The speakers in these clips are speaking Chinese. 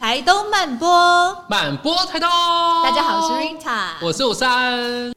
台东慢播， 慢播台东。 大家好，我是 Rita， 我是53。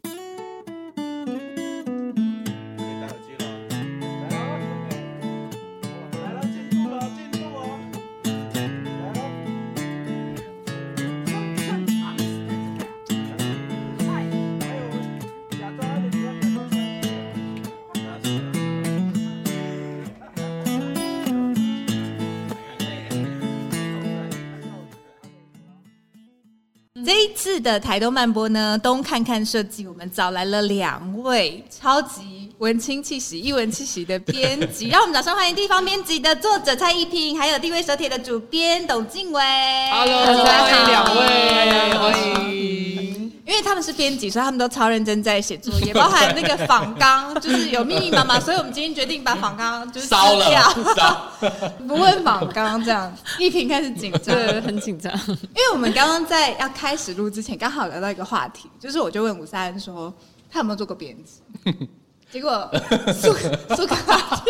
这一次的台东慢播呢，东看看设计，我们找来了2位超级文青气息、艺文气息的编辑，让我们掌声欢迎地方编辑的作者蔡一平，还有地位手帖的主编董敬伟。 Hello， 欢迎2位，欢迎。 因为他们是编辑，所以他们都超认真在写作业，包含那个访纲，就是有密密麻麻，所以我们今天决定把访纲就是烧了， 不问访纲这样。一平开始紧张， 对，很紧张， 因为我们刚刚在要开始录之前，刚好聊到一个话题，就是我就问53说他有没有做过编辑，结果苏格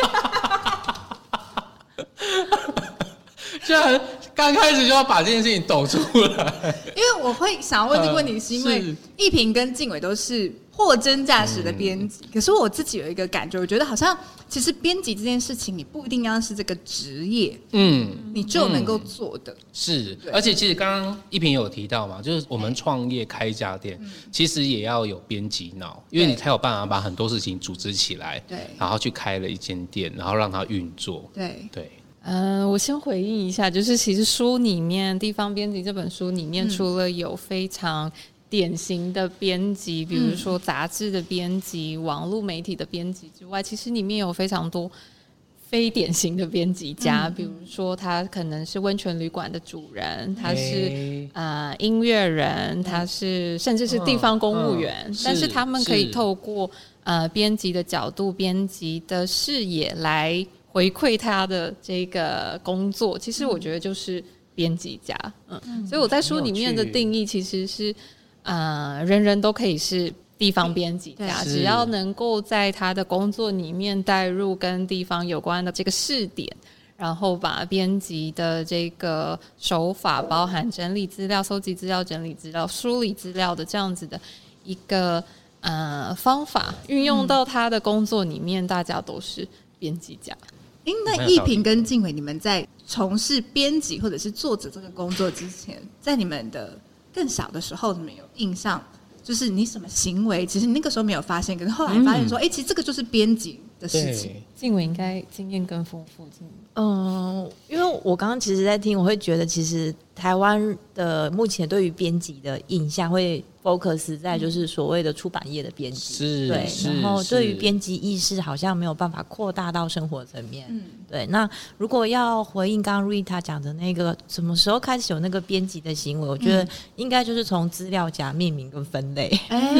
居然刚开始就要把这件事情抖出来。 因为我会想要问这个问题，是因为一平跟敬伟都是货真价实的编辑，可是我自己有一个感觉，我觉得好像其实编辑这件事情，你不一定要是这个职业，你就能够做的。 是，而且其实刚刚一平有提到嘛，就是我们创业开一家店，其实也要有编辑脑，因为你才有办法把很多事情组织起来， 对， 然后去开了一间店，然后让它运作， 对。 我先回应一下，就是其实书里面《地方编辑》这本书里面，除了有非常典型的编辑，比如说杂志的编辑、网络媒体的编辑之外，其实里面有非常多非典型的编辑家，比如说他可能是温泉旅馆的主人，他是音乐人，他是甚至是地方公务员，但是他们可以透过编辑的角度、编辑的视野来回馈他的这个工作，其实我觉得就是编辑家。所以我在书里面的定义其实是人人都可以是地方编辑家，只要能够在他的工作里面带入跟地方有关的这个视点，然后把编辑的这个手法，包含整理资料、搜集资料、整理资料、梳理资料的这样子的一个方法运用到他的工作里面，大家都是编辑家。 那一平跟敬伟，你们在从事编辑或者是作者这个工作之前，在你们的更小的时候，你们有印象，就是你什么行为，其实你那个时候没有发现，可是后来发现说，其实这个就是编辑的事情。 敬伟应该经验更丰富。 因为我刚刚其实在听，我会觉得其实台湾的目前对于编辑的印象会 focus 在就是所谓的出版业的编辑，对，然后对于编辑意识好像没有办法扩大到生活层面。对。那如果要回应刚刚 Rita 讲的那个什么时候开始有那个编辑的行为，我觉得应该就是从资料夹命名跟分类。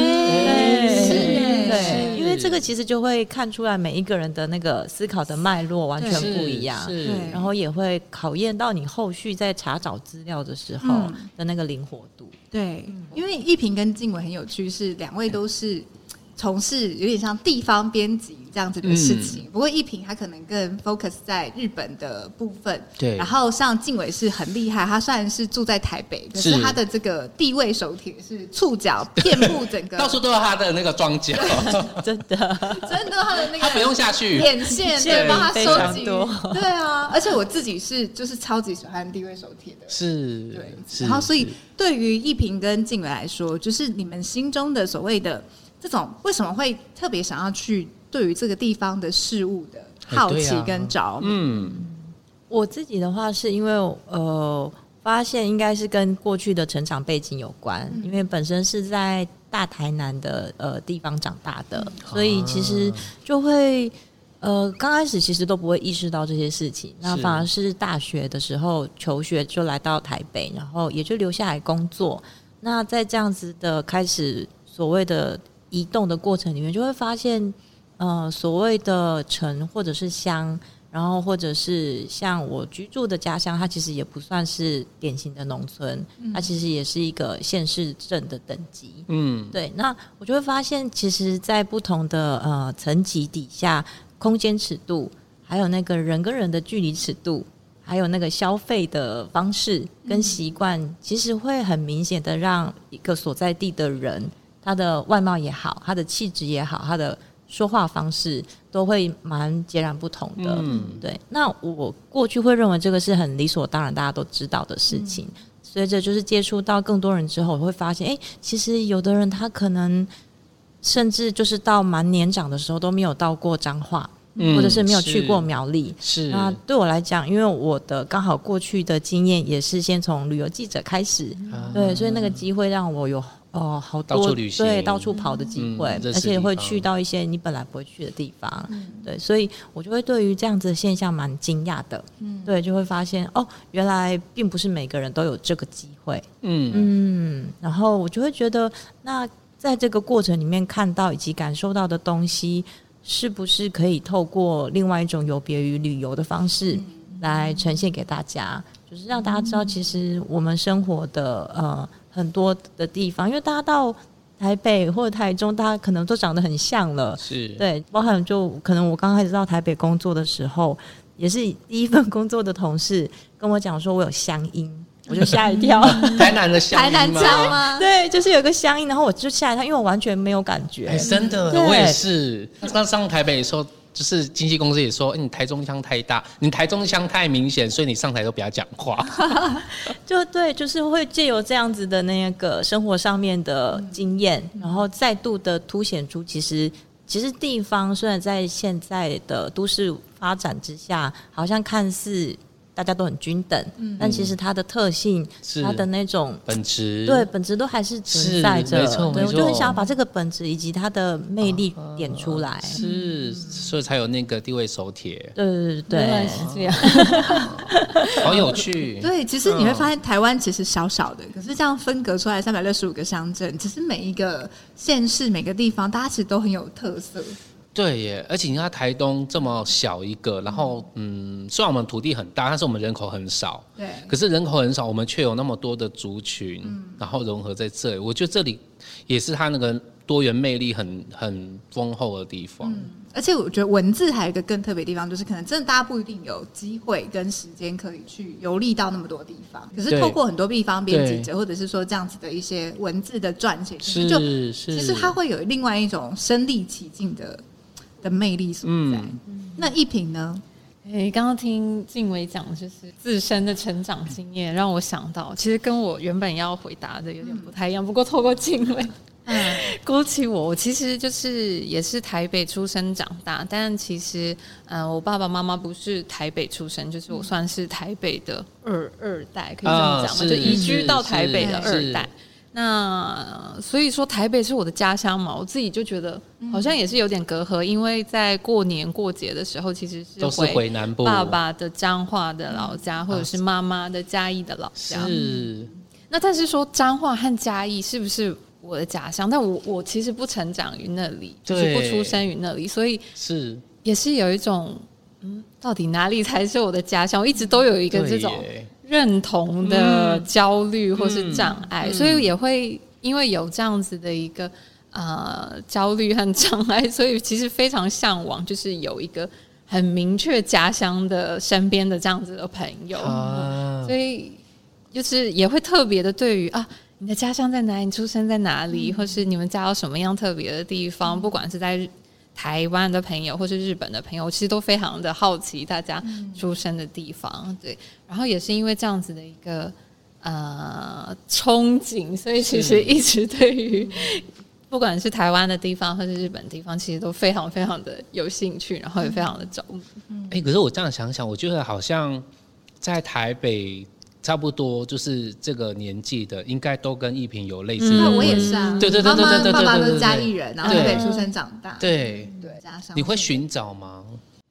对，因为这个其实就会看出来每一个人的那个思考的脉络完全不一样，然后也会考验到你后续在查找资料的时候的那个灵活度。 对，因为一平跟敬伟很有趣，是2位都是从事有点像地方编辑这样子的事情，不过一平他可能更 focus 在日本的部分， 对。 然后像敬伟是很厉害，他虽然是住在台北，可是他的这个地位手帖是触角遍布整个， 到处都有他的那个庄脚， 真的他的那个他不用下去眼线，对，帮他收集，对啊。而且我自己是就是超级喜欢地位手帖的，对。然后所以对于一平跟敬伟来说，就是你们心中的所谓的这种为什么会特别想要去对于这个地方的事物的好奇跟着迷？ 我自己的话是因为发现应该是跟过去的成长背景有关，因为本身是在大台南的地方长大的，所以其实就会刚开始其实都不会意识到这些事情，那反而是大学的时候求学就来到台北，然后也就留下来工作。那在这样子的开始所谓的移动的过程里面，就会发现所谓的城或者是乡，然后或者是像我居住的家乡，它其实也不算是典型的农村，它其实也是一个县市镇的等级。对。那我就会发现，其实在不同的层级底下，空间尺度，还有那个人跟人的距离尺度， 还有那个消费的方式跟习惯，其实会很明显的让一个所在地的人，他的外貌也好，他的气质也好，他的说话方式都会蛮截然不同的。对。那我过去会认为这个是很理所当然，大家都知道的事情。随着就是接触到更多人之后，我会发现，其实有的人他可能甚至就是到蛮年长的时候都没有到过彰化。或者是没有去过苗栗。 是。 那对我来讲，因为我的刚好过去的经验也是先从旅游记者开始，对，所以那个机会让我有好多到处旅行， 对，到处跑的机会，而且会去到一些你本来不会去的地方。对，所以我就会对于这样子的现象蛮惊讶的。对，就会发现原来并不是每个人都有这个机会。然后我就会觉得，那在这个过程里面看到以及感受到的东西，是不是可以透过另外一种有别于旅游的方式来呈现给大家，就是让大家知道其实我们生活的很多的地方，因为大家到台北或者台中，大家可能都长得很像了。 是。 对，包含就可能我刚开始到台北工作的时候，也是第一份工作的同事跟我讲说我有乡音，我就吓一跳。 台南的乡音吗？ 台南腔吗？ 对，就是有个乡音，然后我就吓一跳，因为我完全没有感觉。 真的，我也是。刚上台北的时候，就是经纪公司也说，你台中腔太大，你台中腔太明显，所以你上台都不要讲话。 就对，就是会借由这样子的那个生活上面的经验，然后再度的凸显出其实地方虽然在现在的都市发展之下，好像看似大家都很均等，但其实它的特性，它的那种本质， 对，本质都还是存在着。对，我就很想要把这个本质以及它的魅力点出来。 是，所以才有那个地位手帖。 对， 原来是这样。 好有趣。 对，其实你会发现台湾其实小小的，可是这样分隔出来365个乡镇，其实每一个县市每个地方，大家其实都很有特色。 对耶，而且你看台东这么小一个，然后虽然我们土地很大，但是我们人口很少。 对。 可是人口很少，我们却有那么多的族群，然后融合在这里。我觉得这里也是它那个多元魅力很丰厚的地方。 而且我觉得文字还有一个更特别的地方，就是可能真的大家不一定有机会跟时间可以去游历到那么多地方，可是透过很多地方编辑者或者是说这样子的一些文字的撰写，其实它会有另外一种身临其境的魅力所在。那一平呢？ 刚刚听静伟讲就是自身的成长经验，让我想到其实跟我原本要回答的有点不太一样，不过透过静伟勾起我其实就是也是台北出生长大，但其实我爸爸妈妈不是台北出生，就是我算是台北的二代，可以这么讲吗？就移居到台北的二代。那所以说台北是我的家乡嘛，我自己就觉得好像也是有点隔阂，因为在过年过节的时候其实都是回南部， 爸爸的彰化的老家，或者是妈妈的嘉义的老家。 是。 那但是说彰化和嘉义是不是我的家乡？但我其实不成长于那里，就是不出生于那里，所以是也是有一种到底哪里才是我的家乡？我一直都有一个这种认同的焦虑或是障碍，所以也会因为有这样子的一个焦虑和障碍，所以其实非常向往，就是有一个很明确家乡的身边的这样子的朋友，所以就是也会特别的对于你的家乡在哪里，你出生在哪里，或是你们家有什么样特别的地方，不管是在台湾的朋友或是日本的朋友，其实都非常的好奇大家出生的地方。对，然后也是因为这样子的一个憧憬，所以其实一直对于不管是台湾的地方或是日本的地方，其实都非常非常的有兴趣，然后也非常的着迷。 可是我这样想想，我觉得好像在台北差不多就是这个年纪的，应该都跟一平有类似的。 我也是啊， 对， 爸爸都是嘉义人，然后台北出生长大。 对， 家乡。 你会寻找吗？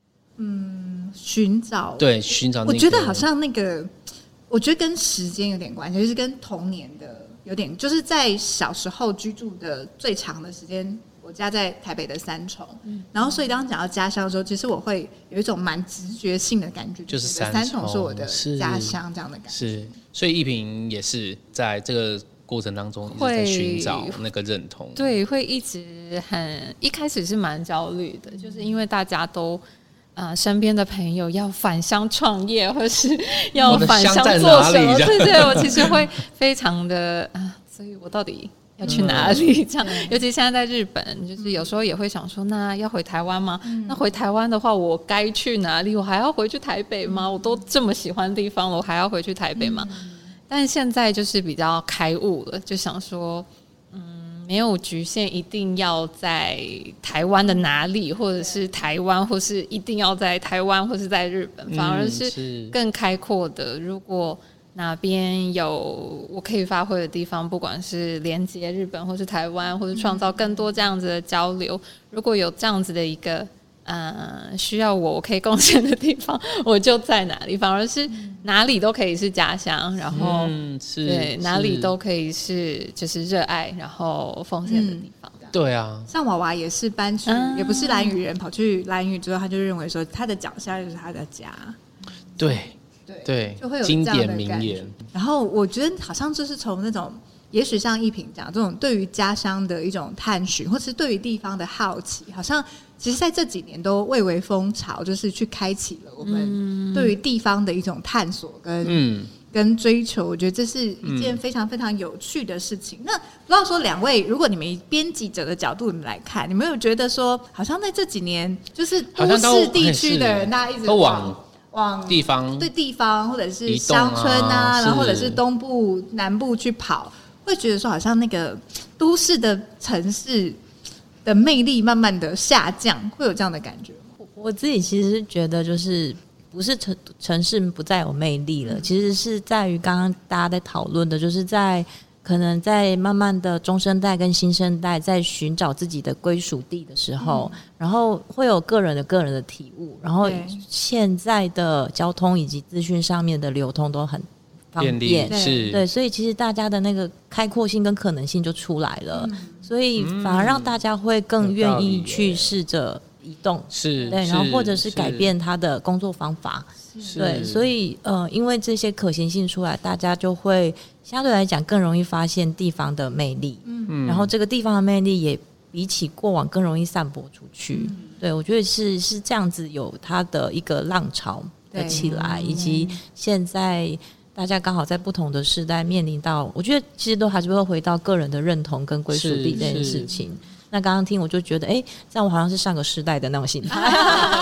寻找。 对，寻找。 我觉得好像那个，我觉得跟时间有点关系，就是跟童年的有点，就是在小时候居住的最长的时间。我家在台北的三重，然后所以当讲到家乡的时候，其实我会有一种蛮直觉性的感觉， 就是三重是我的家乡这样的感觉。 是，所以一平也是在这个过程当中一直在寻找那个认同。 对，会一直一开始是蛮焦虑的，就是因为大家都身边的朋友要返乡创业，或是要返乡做什么？对，我其实会非常的所以我到底要去哪里？这样，尤其现在在日本，就是有时候也会想说，那要回台湾吗？那回台湾的话，我该去哪里？我还要回去台北吗？我都这么喜欢地方了，我还要回去台北吗？但现在就是比较开悟了，就想说，没有局限一定要在台湾的哪里，或者是台湾，或是一定要在台湾，或是在日本，反而是更开阔的。如果哪边有我可以发挥的地方，不管是连接日本，或是台湾，或是创造更多这样子的交流，如果有这样子的一个需要我可以贡献的地方，我就在哪里。反而是哪里都可以是家乡，然后对哪里都可以是就是热爱然后奉献的地方。 对啊， 像娃娃也是搬去，也不是兰屿人，跑去兰屿之后，他就认为说他的脚下就是他的家。 对， 就会有经典名言。 然后我觉得好像就是从那种，也许像一平讲这种对于家乡的一种探寻，或是对于地方的好奇，好像其实在这几年都蔚为风潮，就是去开启了我们对于地方的一种探索跟追求。我觉得这是一件非常非常有趣的事情。那不知道说两位，如果你们以编辑者的角度你们来看，你们有觉得说，好像在这几年就是都市地区的人，大家一直都往地方， 对地方或者是乡村然后或者是东部南部去跑，会觉得说好像那个都市的城市的魅力慢慢的下降，会有这样的感觉吗？ 我自己其实是觉得就是不是城市不再有魅力了，其实是在于刚刚大家在讨论的，就是可能在慢慢的中生代跟新生代在寻找自己的归属地的时候，然后会有个人的体悟，然后现在的交通以及资讯上面的流通都很方便，对，所以其实大家的那个开阔性跟可能性就出来了，所以反而让大家会更愿意去试着移动，对，然后或者是改变他的工作方法，对，所以因为这些可行性出来，大家就会相对来讲更容易发现地方的魅力，然后这个地方的魅力也比起过往更容易散播出去，对，我觉得是这样子，有它的一个浪潮的起来，以及现在大家刚好在不同的世代面临到，我觉得其实都还是会回到个人的认同跟归属地这件事情。那刚刚听我就觉得，这样我好像是上个世代的那种心态。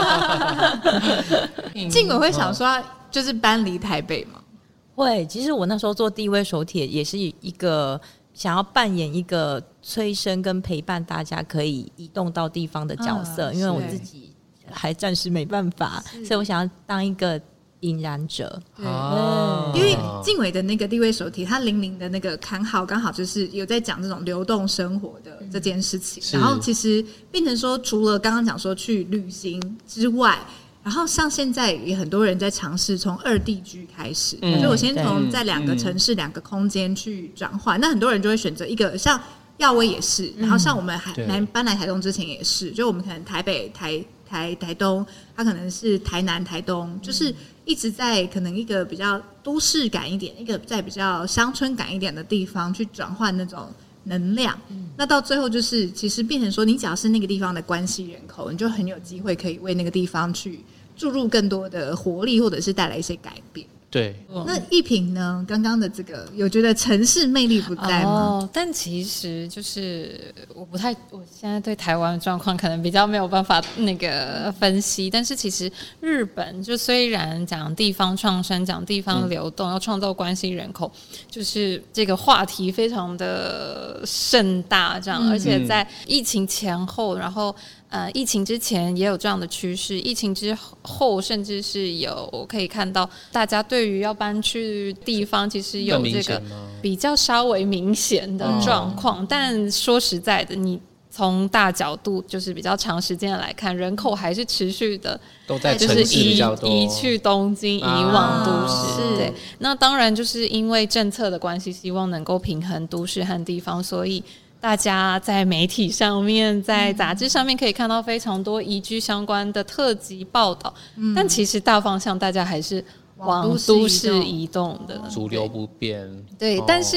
静伟会想说，就是搬离台北吗？ 会，其实我那时候做地位手帖也是一个想要扮演一个催生跟陪伴大家可以移动到地方的角色，因为我自己还暂时没办法，所以我想要当一个引燃者。 因为静伟的那个地位手帖，他00的那个刊号刚好就是有在讲这种流动生活的这件事情，然后其实变成说，除了刚刚讲说去旅行之外，然后像现在也很多人在尝试从2地居开始，所以我先从在2个城市、2个空间去转换。那很多人就会选择一个，像耀威也是，然后像我们搬来台东之前也是，就我们可能台北、台东，它可能是台南、台东，就是一直在可能一个比较都市感一点，一个在比较乡村感一点的地方去转换那种能量。那到最后就是其实变成说，你只要是那个地方的关系人口，你就很有机会可以为那个地方去注入更多的活力，或者是带来一些改变。 对， 那一平呢？刚刚的这个有觉得城市魅力不在吗？ 但其实就是我现在对台湾的状况可能比较没有办法那个分析，但是其实日本就虽然讲地方创生、讲地方流动，要创造关系人口，就是这个话题非常的盛大，这样，而且在疫情前后，然后。疫情之前也有这样的趋势，疫情之后甚至是有可以看到大家对于要搬去地方其实有这个比较稍微明显的状况，但说实在的，你从大角度就是比较长时间来看，人口还是持续的都在城市比较多， 移去东京，移往都市。对，那当然就是因为政策的关系，希望能够平衡都市和地方，所以大家在媒体上面，在杂志上面可以看到非常多移居相关的特辑报道，但其实大方向大家还是往都市移动的， 主流不变。 对，但是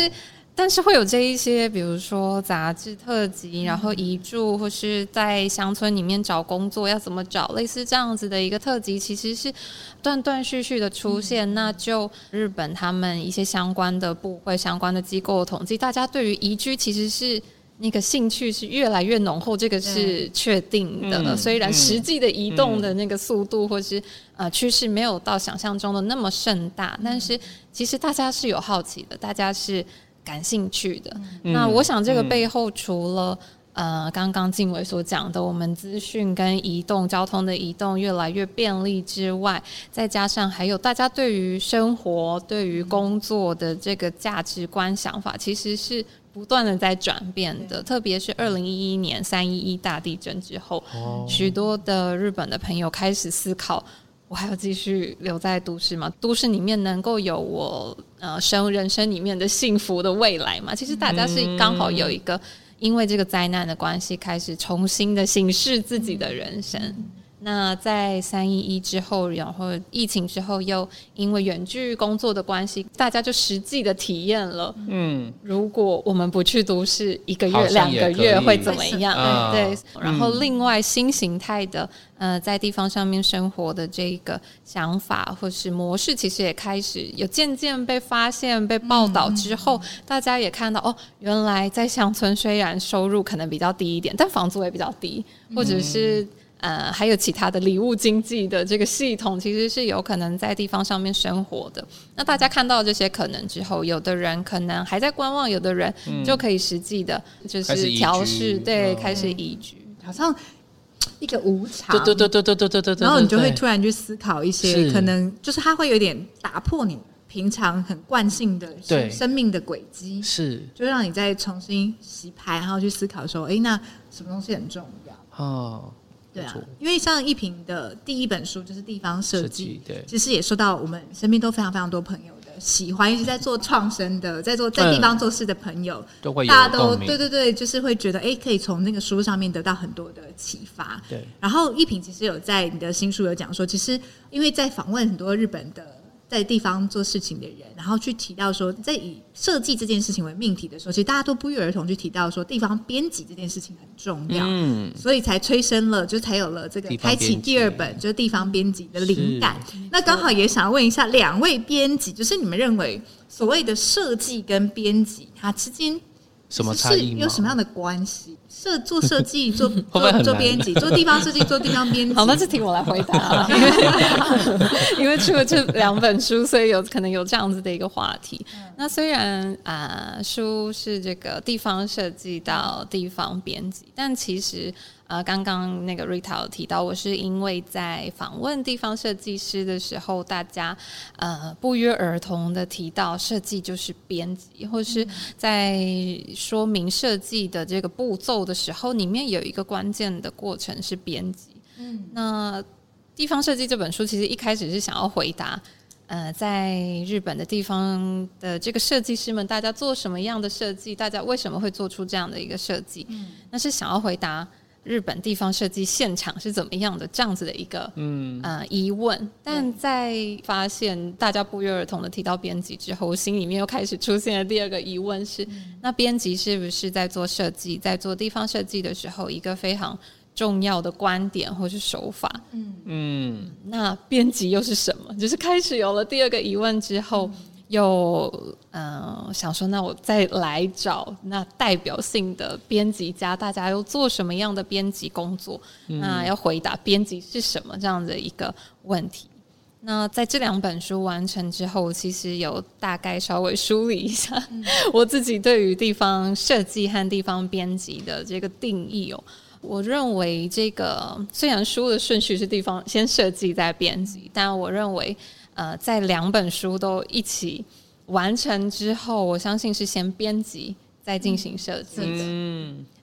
但是会有这一些，比如说杂志特辑，然后移住或是在乡村里面找工作要怎么找，类似这样子的一个特辑，其实是断断续续的出现。那就日本他们一些相关的部会、相关的机构的统计，大家对于移居其实是那个兴趣是越来越浓厚，这个是确定的。虽然实际的移动的那个速度或是趋势没有到想象中的那么盛大，但是其实大家是有好奇的，大家是感兴趣的。那我想这个背后除了刚刚静伟所讲的我们资讯跟移动交通的移动越来越便利之外，再加上还有大家对于生活对于工作的这个价值观想法其实是不断的在转变的。特别是2011年311大地震之后，许多的日本的朋友开始思考，我还要继续留在都市吗？都市里面能够有我人生里面的幸福的未来吗？其实大家是刚好有一个因为这个灾难的关系开始重新的审视自己的人生。那在311之后，然后疫情之后，又因为远距工作的关系，大家就实际的体验了。如果我们不去都市1个月、2个月会怎么样？对。然后另外新形态的在地方上面生活的这个想法或是模式，其实也开始有渐渐被发现、被报道之后，大家也看到原来在乡村虽然收入可能比较低一点，但房租也比较低，或者是还有其他的礼物经济的这个系统，其实是有可能在地方上面生活的。那大家看到这些可能之后，有的人可能还在观望，有的人就可以实际的就是调试，对，开始移居， 好像一个无常， 对， 然后你就会突然去思考一些可能就是它会有点打破你平常很惯性的生命的轨迹， 是就让你再重新洗牌，然后去思考说，那什么东西很重要？对啊，因为像一平的第一本书就是地方设计，其实也受到我们身边都非常非常多朋友的喜欢，尤其在做创生的，在地方做事的朋友， 都会有大家都共鸣， 对，就是会觉得可以从那个书上面得到很多的启发。对，然后一平其实有在你的新书有讲说，其实因为在访问很多日本的在地方做事情的人，然后去提到说，在以设计这件事情为命题的时候，其实大家都不约而同去提到说，地方编辑这件事情很重要，所以才催生了，就才有了这个开启第2本就是地方编辑的灵感。那刚好也想要问一下2位编辑，就是你们认为所谓的设计跟编辑，它之间什么差异吗？ 有什么样的关系？做设计，做编辑，做地方设计，做地方编辑。 好，那这题我来回答因为出了这2本书，所以可能有这样子的一个话题。那虽然书是这个地方设计到地方编辑，但其实刚刚那个 Rita 有提到，我是因为在访问地方设计师的时候，大家不约而同的提到设计就是编辑，或是在说明设计的这个步骤的时候，里面有一个关键的过程是编辑。那地方设计这本书其实一开始是想要回答在日本的地方的这个设计师们，大家做什么样的设计，大家为什么会做出这样的一个设计，那是想要回答日本地方设计现场是怎么样的这样子的一个疑问。但在发现大家不约而同的提到编辑之后，我心里面又开始出现了第2个疑问是，那编辑是不是在做设计，在做地方设计的时候一个非常重要的观点或是手法？那编辑又是什么？就是开始有了第2个疑问之后，又想说，那我再来找那代表性的编辑家，大家又做什么样的编辑工作？那要回答编辑是什么这样的一个问题。那在这2本书完成之后，其实有大概稍微梳理一下我自己对于地方设计和地方编辑的这个定义我认为这个虽然书的顺序是地方先设计再编辑，但我认为在2本书都一起完成之后，我相信是先编辑再进行设计的。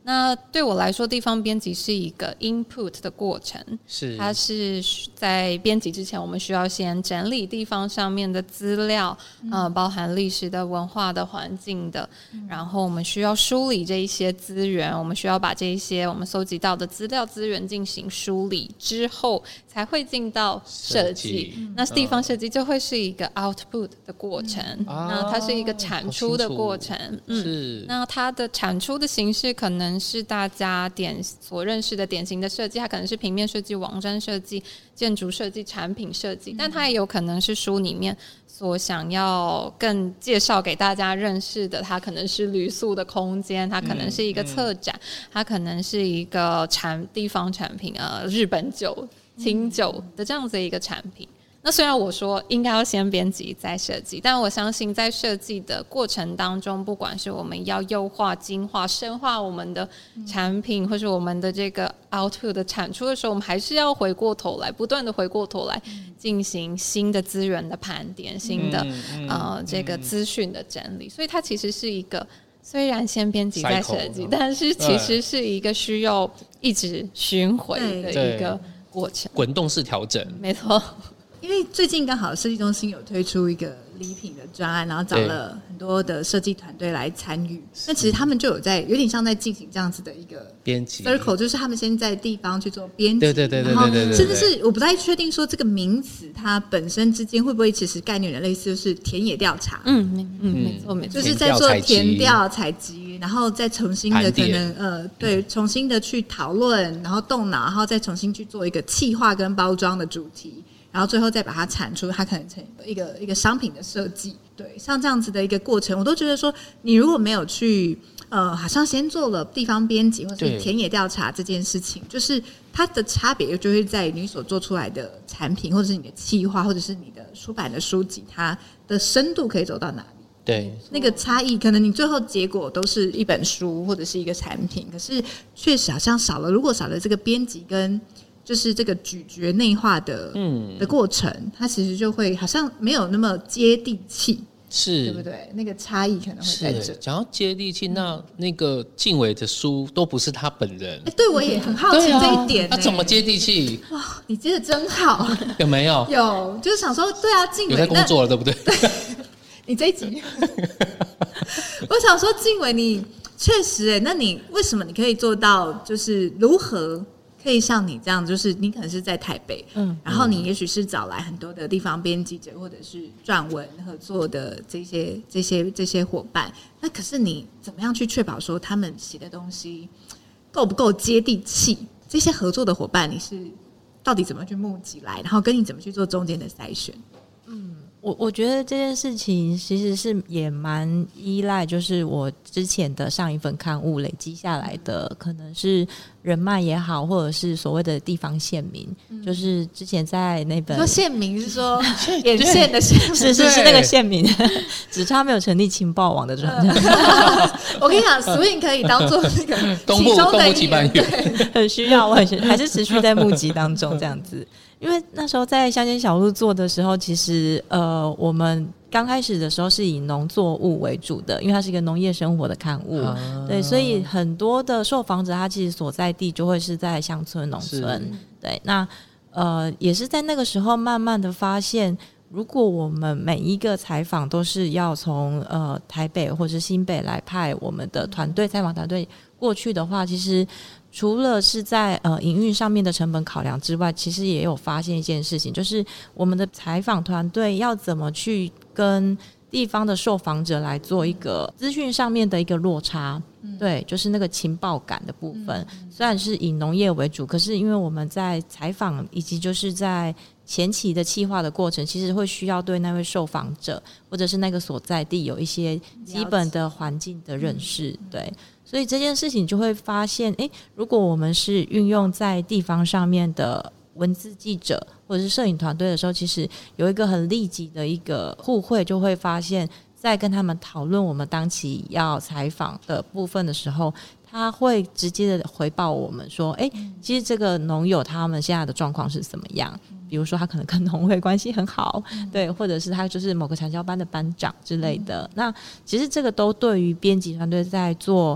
那对我来说，地方编辑是一个 input 的过程，它是在编辑之前，我们需要先整理地方上面的资料，包含历史的、文化的、环境的，然后我们需要梳理这一些资源，我们需要把这一些我们搜集到的资料资源进行梳理之后，才会进到设计。那地方设计就会是一个 output 的过程，那它是一个产出的过程。那它的产出的形式可能是大家所认识的典型的设计，它可能是平面设计、网站设计、建筑设计、产品设计，但它也有可能是书里面所想要更介绍给大家认识的，它可能是旅宿的空间，它可能是一个策展，它可能是一个地方产品，日本酒、清酒的这样子一个产品。那虽然我说应该要先编辑再设计，但我相信在设计的过程当中，不管是我们要优化、精化、深化我们的产品，或是我们的这个 output 的产出的时候，我们还是要回过头来，不断的回过头来进行新的资源的盘点，新的这个资讯的整理。所以它其实是一个虽然先编辑再设计，但是其实是一个需要一直巡回的一个过程， 滚动式调整。 没错。 因为最近刚好设计中心有推出一个礼品的专案，然后找了很多的设计团队来参与。那其实他们就有点像在进行这样子的一个编辑 circle， 就是他们先在地方去做编辑， 对， 然后甚至是我不太确定说这个名词它本身之间会不会其实概念有点类似，就是田野调查。 没错， 就是在做田调采集，然后再重新的可能重新的去讨论，然后动脑，然后再重新去做一个企划跟包装的主题。然后最后再把它产出，它可能成一个商品的设计。对，像这样子的一个过程，我都觉得说，你如果没有去好像先做了地方编辑或是田野调查这件事情，就是它的差别就会在你所做出来的产品，或者是你的企划，或者是你的出版的书籍，它的深度可以走到哪里。 对， 那个差异，可能你最后结果都是一本书或者是一个产品，可是确实好像如果少了这个编辑跟就是这个咀嚼内化的过程，它其实就会好像没有那么接地气， 是对不对？那个差异可能会在这。 讲到接地气，那个静伟的书都不是他本人。 对，我也很好奇这一点。 他怎么接地气？ 哇，你接的真好。 有没有？ 有，就是想说，对啊，静伟有在工作了，对不对？ 你这一集，我想说，静伟，你确实那你为什么你可以做到？就是如何？可以像你这样，就是你可能是在台北，然后你也许是找来很多的地方编辑者或者是撰文合作的这些伙伴，那可是你怎么样去确保说他们写的东西够不够接地气？这些合作的伙伴你是到底怎么去募集来，然后跟你怎么去做中间的筛选？ 我觉得这件事情其实是也蛮依赖，就是我之前的上一份刊物累积下来的，可能是人脉也好，或者是所谓的地方县民，就是之前在那本说县民是说沿线的县民， 是那个县民，只差没有成立情报网的状态。 我跟你讲 ，Swing 可以当做那个东部期班员， 很需要，我还是持续在募集当中这样子。因为那时候在乡间小路做的时候，其实我们刚开始的时候是以农作物为主的，因为它是一个农业生活的刊物，对，所以很多的受访者他其实所在地就会是在乡村农村，对，那也是在那个时候慢慢的发现，如果我们每一个采访都是要从台北或是新北来派我们的团队采访团队过去的话，其实除了是在营运上面的成本考量之外，其实也有发现一件事情，就是我们的采访团队要怎么去跟地方的受访者来做一个资讯上面的一个落差，对，就是那个情报感的部分，虽然是以农业为主，可是因为我们在采访以及就是在前期的企划的过程，其实会需要对那位受访者或者是那个所在地有一些基本的环境的认识，对，所以这件事情就会发现，如果我们是运用在地方上面的文字记者或者是摄影团队的时候，其实有一个很立即的一个互惠，就会发现在跟他们讨论我们当期要采访的部分的时候，他会直接的回报我们说，其实这个农友他们现在的状况是怎么样，比如说他可能跟农会关系很好，对，或者是他就是某个产销班的班长之类的，那其实这个都对于编辑团队在做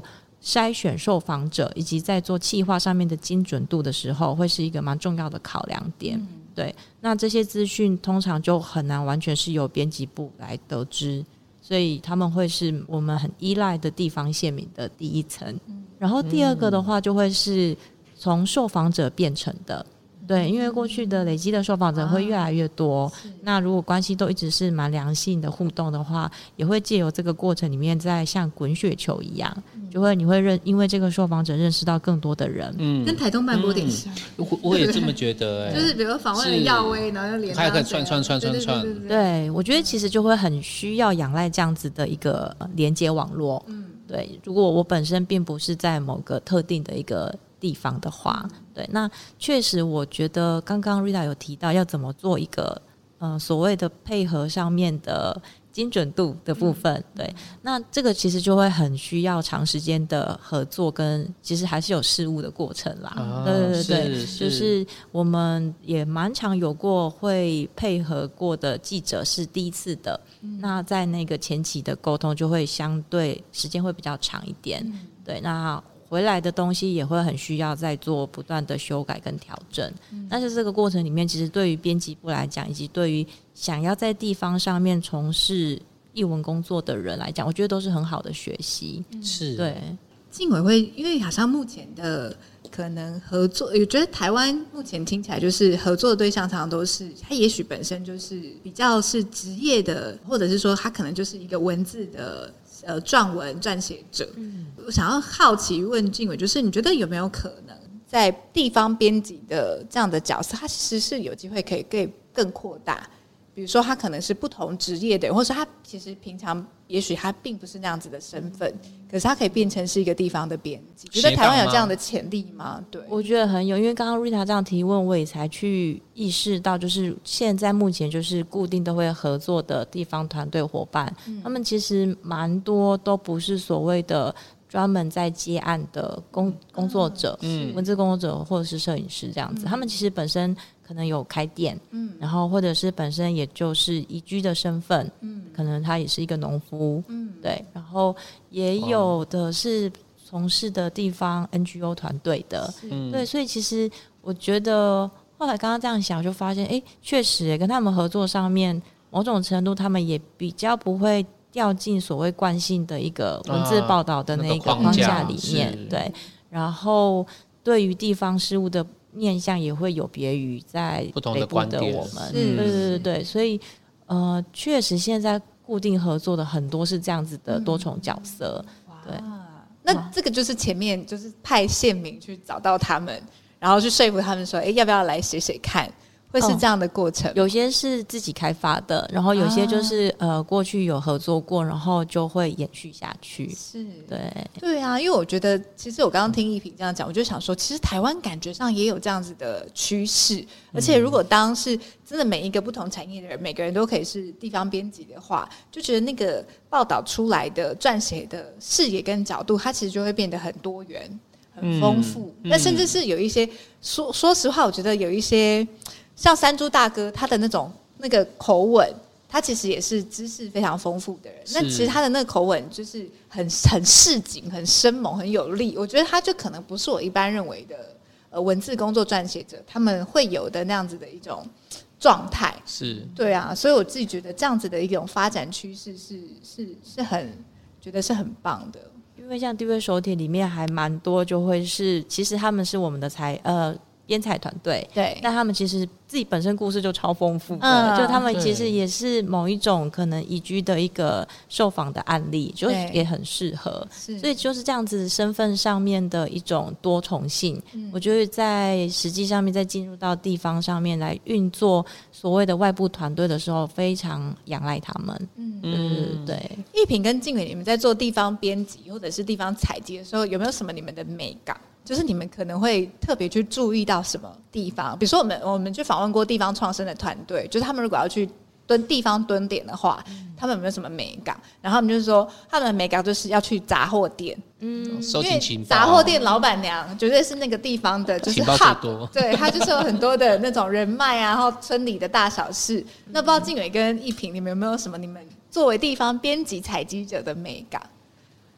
筛选受访者以及在做企划上面的精准度的时候，会是一个蛮重要的考量点。对，那这些资讯通常就很难完全是由编辑部来得知，所以他们会是我们很依赖的地方县民的第一层。然后第二个的话，就会是从受访者变成的。对，因为过去的累积的受访者会越来越多，那如果关系都一直是蛮良性的互动的话，也会借由这个过程里面在像滚雪球一样，就会你会因为这个受访者认识到更多的人。 跟台东办过点像。 我也这么觉得。 就是比如访问了耀威，然后就连， 还可以串。 对，我觉得其实就会很需要仰赖这样子的一个连接网络。对，如果我本身并不是在某个特定的一个地方的话，对，那确实我觉得刚刚 Rita 有提到要怎么做一个所谓的配合上面的精准度的部分。对，那这个其实就会很需要长时间的合作，跟其实还是有事务的过程啦。对，就是我们也蛮常有过会配合过的记者是第一次的，那在那个前期的沟通就会相对时间会比较长一点。对，那回来的东西也会很需要再做不断的修改跟调整。但是这个过程里面，其实对于编辑部来讲，以及对于想要在地方上面从事艺文工作的人来讲，我觉得都是很好的学习。 是， 对。 竞委会因为好像目前的可能合作，我觉得台湾目前听起来就是合作的对象常常都是他也许本身就是比较是职业的，或者是说他可能就是一个文字的撰文撰写者。我想要好奇问竞委，就是你觉得有没有可能在地方编辑的这样的角色，他其实是有机会可以更扩大？比如说他可能是不同职业的人，或者他其实平常也许他并不是那样子的身份，可是他可以变成是一个地方的编辑。觉得台湾有这样的潜力吗？对， 我觉得很有，因为刚刚 Rita 这样提问，我也才去意识到，就是现在目前就是固定都会合作的地方团队伙伴，他们其实蛮多都不是所谓的专门在接案的工作者，文字工作者或者是摄影师这样子，他们其实本身可能有开店，然后或者是本身也就是移居的身份，可能他也是一个农夫，对，然后也有的是从事的地方 NGO 团队的，对，所以其实我觉得后来刚刚这样想，我就发现，确实跟他们合作上面，某种程度他们也比较不会掉进所谓惯性的一个文字报道的那个框架里面，对，然后对于地方事务的面向也会有别于在不同的观点， 我们对，所以确实现在固定合作的很多是这样子的多重角色，对。 那这个就是前面就是派县民去找到他们，然后去说服他们说，要不要来写写看？会是这样的过程， 有些是自己开发的，然后有些就是过去有合作过，然后就会延续下去。 是， 对啊，因为我觉得其实我刚刚听一平这样讲，我就想说，其实台湾感觉上也有这样子的趋势，而且如果当是真的每一个不同产业的人，每个人都可以是地方编辑的话，就觉得那个报道出来的撰写的视野跟角度，它其实就会变得很多元、很丰富。那甚至是有一些说实话，我觉得有一些。像山猪大哥他的那个口吻，他其实也是知识非常丰富的人，那其实他的那个口吻就是很市井、很生猛、很有力，我觉得他就可能不是我一般认为的文字工作撰写者他们会有的那样子的一种状态。 是， 对啊，所以我自己觉得这样子的一种发展趋势是很觉得是很棒的。 因为像地位手帖里面还蛮多，就会是其实他们是我们的编采团队， 对， 但他们其实自己本身故事就超丰富的，就他们其实也是某一种可能移居的一个受访的案例，就也很适合，所以就是这样子身份上面的一种多重性，我觉得在实际上面在进入到地方上面来运作所谓的外部团队的时候，非常仰赖他们。对。 一平跟静伟，你们在做地方编辑或者是地方采集的时候，有没有什么你们的美感？就是你们可能会特别去注意到什么地方？比如说我们去访问过地方创生的团队，就是他们如果要去地方蹲点的话，他们有没有什么美感？然后他们就是说，他们的美感就是要去杂货店， 收集情报。 杂货店老板娘绝对是那个地方的，就是 hub， 对，他就是有很多的那种人脉啊，然后村里的大小事。那不知道静伟跟一平，你们有没有什么你们作为地方编辑采集者的美感？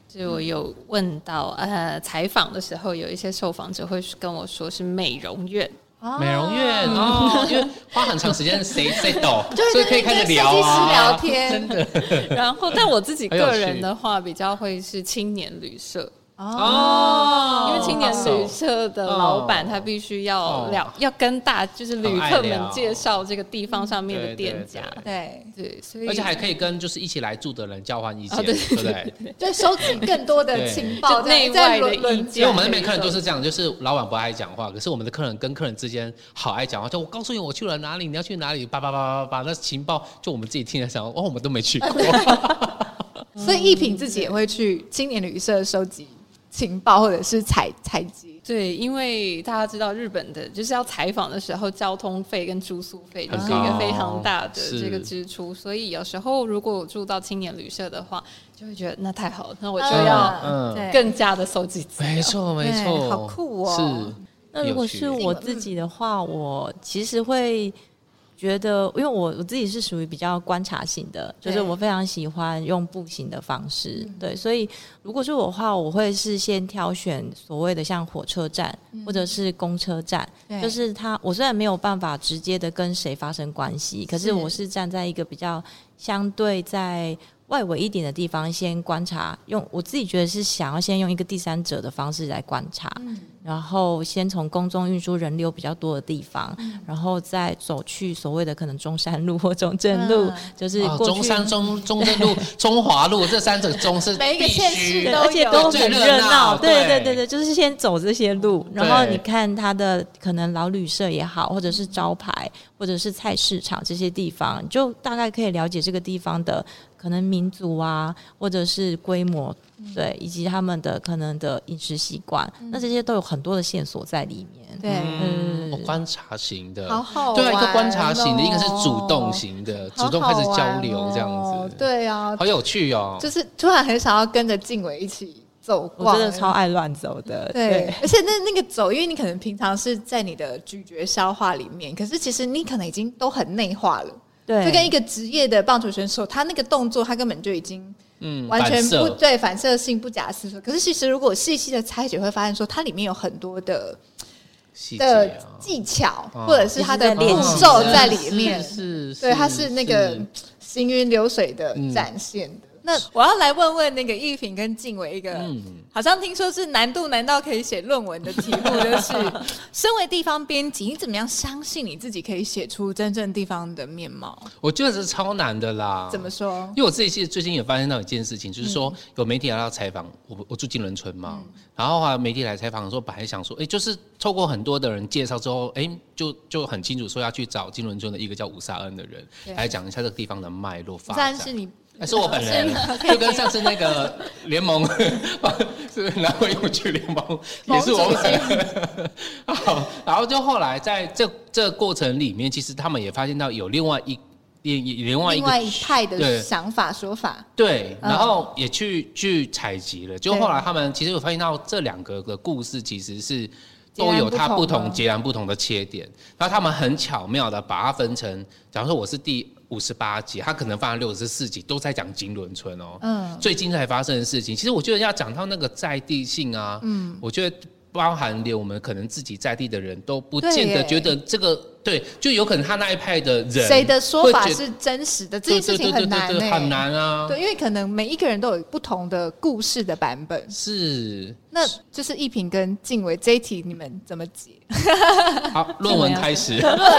就我有问到采访的时候，有一些受访者会跟我说是美容院。 美容院因为花很长时间谁抖，所以可以开始聊啊， 聊天， 真的。 然后，但我自己个人的话，比较会是青年旅社。因为青年旅社的老板他必须要跟就是旅客们介绍这个地方上面的店家， 对， 所以而且还可以跟就是一起来住的人交换意见，对不对？ 就收集更多的情报， 内外的意见。 因为我们那边客人都是这样，就是老板不爱讲话，可是我们的客人跟客人之间好爱讲话，就我告诉你我去了哪里，你要去哪里，叭叭叭叭叭，那情报就我们自己听得上，我们都没去过。 所以一品自己也会去青年旅社收集情报或者是采集。 对，因为大家知道日本的就是要采访的时候，交通费跟住宿费就是一个非常大的这个支出，所以有时候如果我住到青年旅社的话，就会觉得那太好了，那我就要更加的收集资料。 没错没错， 好酷哦。 是。 那如果是我自己的话，我其实会觉得，因为我自己是属于比较观察型的，就是我非常喜欢用步行的方式，对，所以如果是我的话，我会是先挑选所谓的像火车站或者是公车站，就是我虽然没有办法直接的跟谁发生关系，可是我是站在一个比较相对在外围一点的地方先观察，我自己觉得是想要先用一个第三者的方式来观察，然后先从公众运输人流比较多的地方，然后再走去所谓的可能中山路或中正路，就是过去中山中正路、中华路这三者中是每一个县市都有， 而且都很热闹。对，就是先走这些路，然后你看它的可能老旅社也好，或者是招牌，或者是菜市场这些地方，你就大概可以了解这个地方的可能民族啊，或者是规模，对，以及他们的可能的饮食习惯，那这些都有很多的线索在里面。 对， 观察型的， 好好玩， 对，一个观察型的，一个是主动型的，主动开始交流这样子， 对啊， 好有趣哦， 就是突然很想要跟着静伟一起走逛， 我真的超爱乱走的， 对，而且那个走，因为你可能平常是在你的咀嚼消化里面，可是其实你可能已经都很内化了。对，就跟一个职业的棒球选手，他那个动作，他根本就已经完全不对反射性不假思索。可是其实如果细细的拆解，会发现说它里面有很多的技巧，或者是它的步骤在里面。对，它是那个行云流水的展现的。那我要来问问那个一平跟静伟一个，好像听说是难到可以写论文的题目，就是身为地方编辑，你怎么样相信你自己可以写出真正地方的面貌？ 我觉得是超难的啦。 怎么说？ 因为我自己其实最近也发现到一件事情，就是说有媒体来到采访我住金轮村嘛，然后媒体来采访的时候，本来想说，就是透过很多的人介绍之后，就很清楚说要去找金轮村的一个叫吴沙恩的人来讲一下这个地方的脉络发展。 是你。 是我本人，就跟上次那个联盟，是南回泳区联盟，也是我本人。然后就后来在这个过程里面，其实他们也发现到有另外一派的想法说法， 对，然后也去采集了。就后来他们其实有发现到这两个的故事其实是都有它截然不同的切点，然后他们很巧妙的把它分成，假如说我是第58集，他可能放在64集，都在讲金轮村哦。最近才发生的事情，其实我觉得要讲到那个在地性啊，我觉得包含连我们可能自己在地的人都不见得觉得这个对，就有可能他那一派的人谁的说法是真实的，这件事情很难很难啊。 对，因为可能每一个人都有不同的故事的版本。 是， 那就是一平跟静伟这一题，你们怎么解？ 好，论文开始。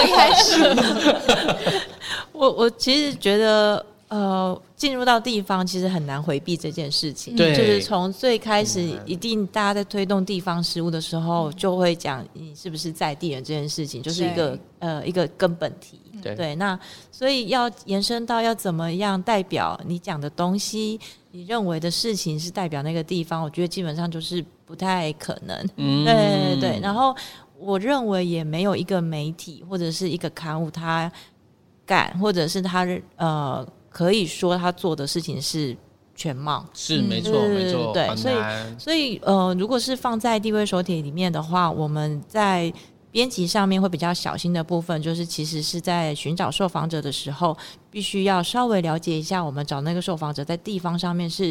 我其实觉得进入到地方其实很难回避这件事情， 对， 就是从最开始一定大家在推动地方事务的时候，就会讲你是不是在地人这件事情，就是一个根本题。对，那所以要延伸到要怎么样代表你讲的东西，你认为的事情是代表那个地方，我觉得基本上就是不太可能。对，然后我认为也没有一个媒体或者是一个刊物，他敢或者是他可以说他做的事情是全貌， 是没错没错， 对，所以如果是放在地位手帖里面的话，我们在编辑上面会比较小心的部分，就是其实是在寻找受访者的时候，必须要稍微了解一下我们找那个受访者在地方上面是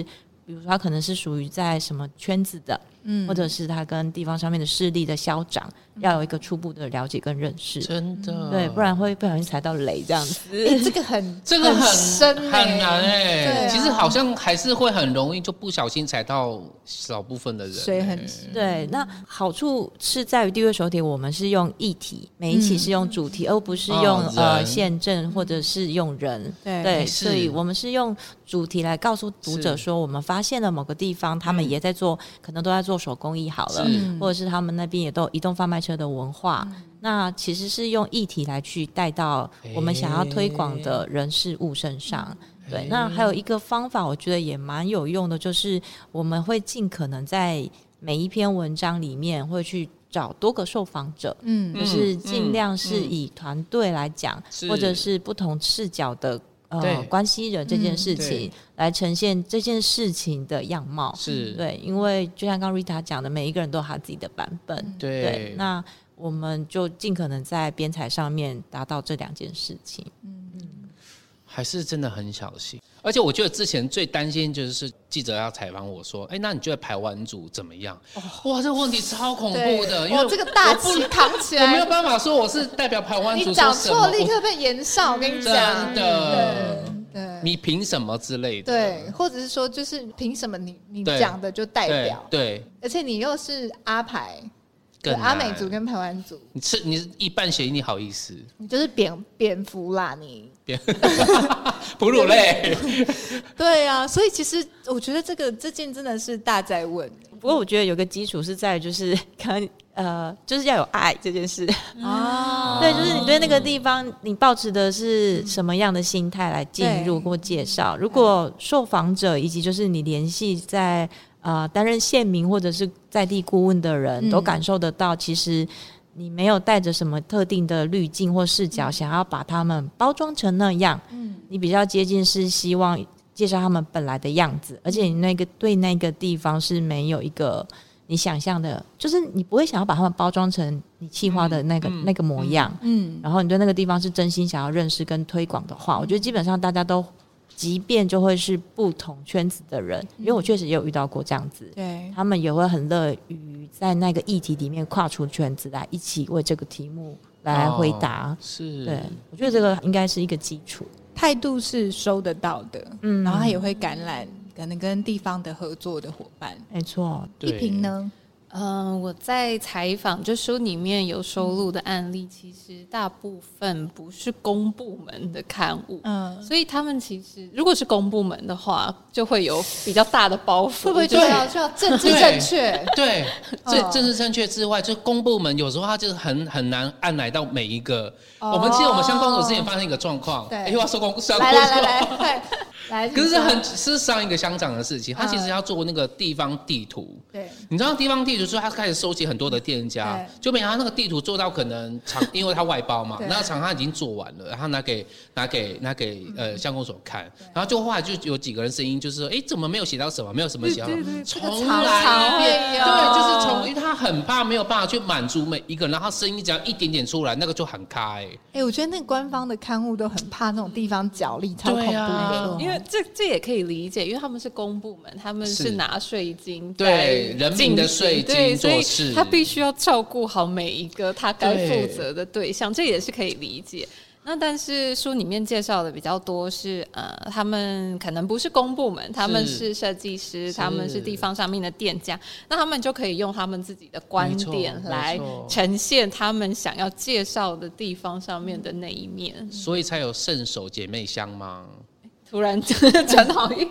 比如说他可能是属于在什么圈子的，或者是他跟地方上面的势力的消长，要有一个初步的了解跟认识， 真的， 对，不然会不小心踩到雷这样子。 这个很深很难其实好像还是会很容易就不小心踩到少部分的人， 水很深。 对，那好处是在于地位手帖，我们是用议题，每一期是用主题，而不是用宪政或者是用人。对，所以我们是用主题来告诉读者说，我们发现了某个地方，他们也在做，可能都在做手工艺好了，或者是他们那边也都有移动贩卖车的文化。那其实是用议题来去带到我们想要推广的人事物身上。对，那还有一个方法，我觉得也蛮有用的，就是我们会尽可能在每一篇文章里面会去找多个受访者，就是尽量是以团队来讲，或者是不同视角的关系人这件事情，来呈现这件事情的样貌。 是对， 因为就像刚 Rita 讲的，每一个人都有他自己的版本。对，那我们就尽可能在编采上面达到这2件事情。 还是真的很小心。而且我觉得之前最担心就是记者要采访我说，那你觉得排湾族怎么样？哇，这个问题超恐怖的，因为这个大旗扛起来， 我没有办法说我是代表排湾族， 你讲错立刻被延上，我跟你讲， 真的，对，你凭什么之类的？ 对，或者是说就是凭什么你讲的就代表？ 对， 而且你又是阿排。阿美族跟排湾族， 你是一半血，你好意思？ 你就是蝙蝠啦，你哺乳类。 对啊，所以其实我觉得这件真的是大哉问。 不过我觉得有个基础是在就是就是要有爱这件事对，就是你对那个地方你抱持的是什么样的心态来进入或介绍。如果受访者以及就是你联系在担任县民或者是在地顾问的人都感受得到，其实你没有带着什么特定的滤镜或视角想要把他们包装成那样，你比较接近是希望介绍他们本来的样子，而且你那个对那个地方是没有一个你想象的，就是你不会想要把他们包装成你企划的那个模样，然后你对那个地方是真心想要认识跟推广的话，我觉得基本上大家都即便就会是不同圈子的人，因为我确实也有遇到过这样子，对，他们也会很乐于在那个议题里面跨出圈子来一起为这个题目来回答， 是， 对，我觉得这个应该是一个基础， 态度是收得到的，然后他也会感染可能跟地方的合作的伙伴， 没错。 一平呢？ 我在采访就书里面有收录的案例，其实大部分不是公部门的刊物，所以他们其实如果是公部门的话，就会有比较大的包袱， 会不会就要政治正确？ 对，政治正确之外，就公部门有时候他就是很难按来到每一个。我们记得我们乡公所之前发生一个状况，又要收公司， 来， 可是上一个乡长的事情，他其实要做那个地方地图。 对， 你知道地方地图，所以他开始收集很多的店家，就没想到那个地图做到可能因为他外包嘛，那厂他已经做完了，然后拿给乡公所看，然后就后来就有几个人声音就是说，怎么没有写到什么，没有什么写到，从来对，就是因为他很怕没有办法去满足每一个人，然后声音只要一点点出来，那个就很开。 我觉得那个官方的刊物都很怕那种地方角力，超恐怖的。 因为这也可以理解，因为他们是公部门，他们是拿税金， 对人民的税金做事， 他必须要照顾好每一个他该负责的对象，这也是可以理解。那但是书里面介绍的比较多是他们可能不是公部门，他们是设计师，他们是地方上面的店家，那他们就可以用他们自己的观点来呈现他们想要介绍的地方上面的那一面， 所以才有圣手姐妹香吗？ 突然转好意，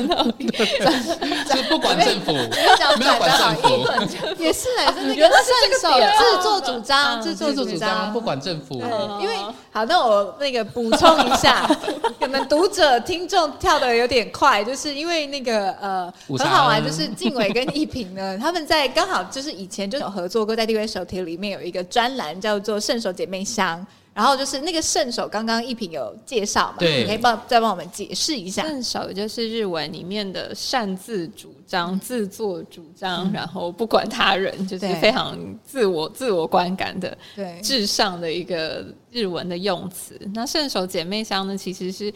就不管政府，没有管政府， 也是是那个圣手自作主张，自作主张， 不管政府。 因为好，那我那个补充一下，可能读者听众跳的有点快，就是因为那个很好玩，就是静伟跟一平呢，他们在刚好就是以前就有合作过，在地位手帖里面有一个专栏叫做圣手姐妹香。然后就是那个圣手，刚刚一平有介绍嘛，你可以再帮我们解释一下。 圣手就是日文里面的擅自主张、自作主张，然后不管他人，就是非常自我观感的至上的一个日文的用词。那圣手姐妹香呢，其实是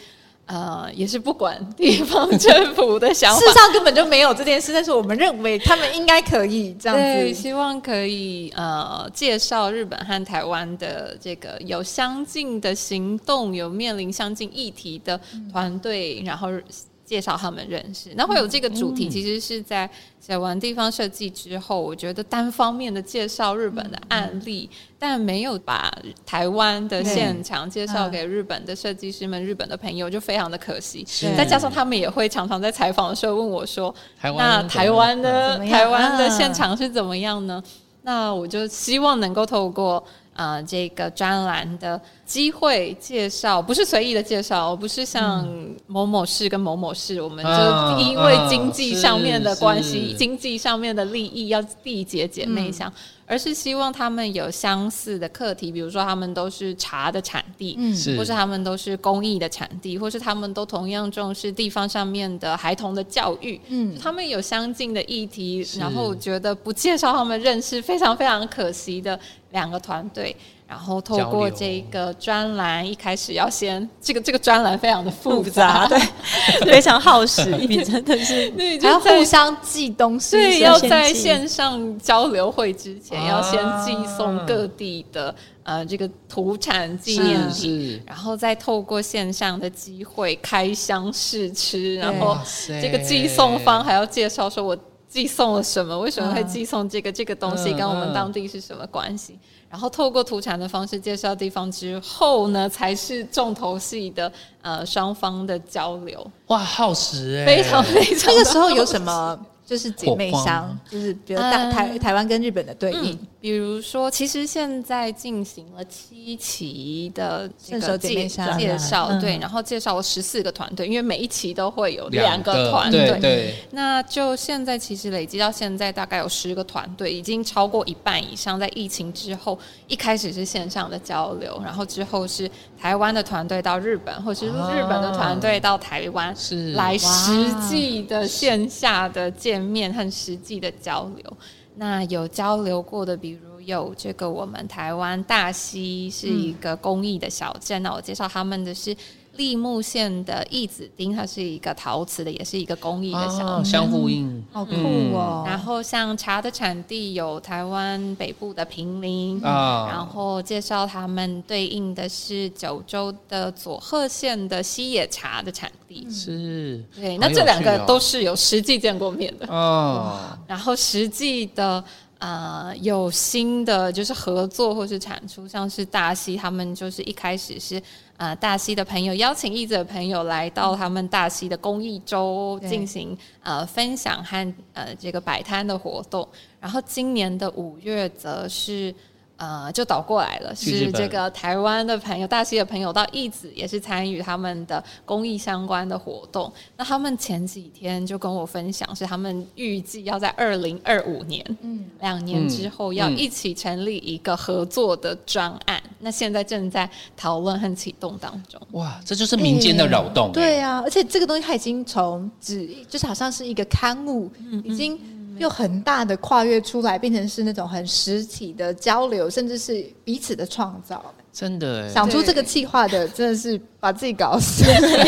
也是不管地方政府的想法， 事实上根本就没有这件事，但是我们认为他们应该可以这样子。 对，希望可以介绍日本和台湾的这个有相近的行动、有面临相近议题的团队，然后介绍他们认识。那会有这个主题，其实是在写完地方设计之后，我觉得单方面的介绍日本的案例，但没有把台湾的现场介绍给日本的设计师们、日本的朋友，就非常的可惜。再加上他们也会常常在采访的时候问我说：“那台湾的现场是怎么样呢？”那我就希望能够透过这个专栏的机会介绍，不是随意的介绍，不是像某某市跟某某市，我们就因为经济上面的关系、经济上面的利益要缔结姐妹相，而是希望他们有相似的课题，比如说他们都是茶的产地，或是他们都是工艺的产地，或是他们都同样重视地方上面的孩童的教育，他们有相近的议题，然后我觉得不介绍他们认识非常非常可惜的两个团队。然后透过这个专栏，一开始要先这个专栏非常的复杂， 对，非常耗时，真的是， 对， 还要互相寄东西， 对，要在线上交流会之前，要先寄送各地的这个土产纪念品，然后再透过线上的机会开箱试吃，然后这个寄送方还要介绍说我寄送了什么，为什么会寄送这个东西，跟我们当地是什么关系。然后透过土产的方式介绍地方之后呢，才是重头戏的双方的交流。 哇，耗时非常非常。 那个时候有什么就是姐妹相，就是比如台湾跟日本的对应， 比如说，其实现在进行了7期的这个介绍，对，然后介绍了14个团队，因为每一期都会有2个团队， 对， 那就现在其实累积到现在大概有10个团队，已经超过一半以上。在疫情之后，一开始是线上的交流，然后之后是台湾的团队到日本，或是日本的团队到台湾，来实际的线下的见面和实际的交流。那有交流过的，比如有这个我们台湾大溪是一个工艺的小镇，那我介绍他们的是立木县的义子町，它是一个陶瓷的，也是一个工艺的小镇， 相呼应， 好酷哦。 然后像茶的产地有台湾北部的坪林，然后介绍他们对应的是九州的佐贺县的西野茶的产地， 是， 对，那这2个都是有实际见过面的然后实际的有新的就是合作或是产出，像是大溪，他们就是一开始是大溪的朋友邀请义子的朋友来到他们大溪的工艺周进行分享和这个摆摊的活动，然后今年的5月则是就倒过来了，是这个台湾的朋友、大溪的朋友到义子，也是参与他们的公益相关的活动。那他们前几天就跟我分享，是他们预计要在2025年，2年之后要一起成立一个合作的专案。那现在正在讨论和启动当中。 哇，这就是民间的扰动。 对啊，而且这个东西它已经从就是好像是一个刊物，已经又很大的跨越出来，变成是那种很实体的交流，甚至是彼此的创造。 真的想出这个企划的真的是把自己搞死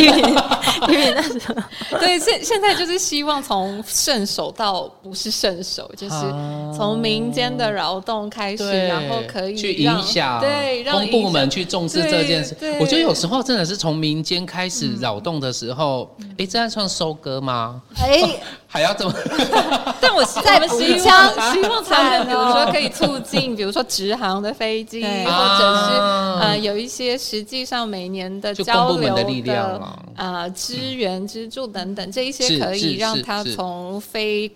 对，现在就是希望从顺手到不是顺手，就是从民间的扰动开始，然后可以去影响公部门去重视这件事。我觉得有时候真的是从民间开始扰动的时候，这样算收割吗？还要怎么？ 但我们希望他们比如说可以促进，比如说直航的飞机，或者是有一些实际上每年的交流的资源资助等等，这一些可以让它从非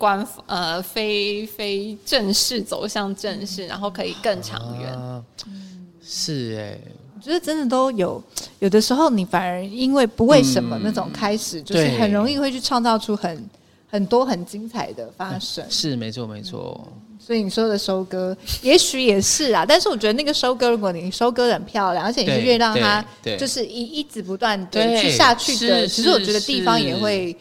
正式走向正式，然后可以更长远。 是我觉得真的都有的时候你反而因为不为什么那种开始，就是很容易会去创造出很多很精彩的发生。 是没错没错。 所以你说的收割也许也是啊，但是我觉得那个收割，如果你收割得很漂亮，而且你是越让它就是一直不断的去下去的，其实我觉得地方也会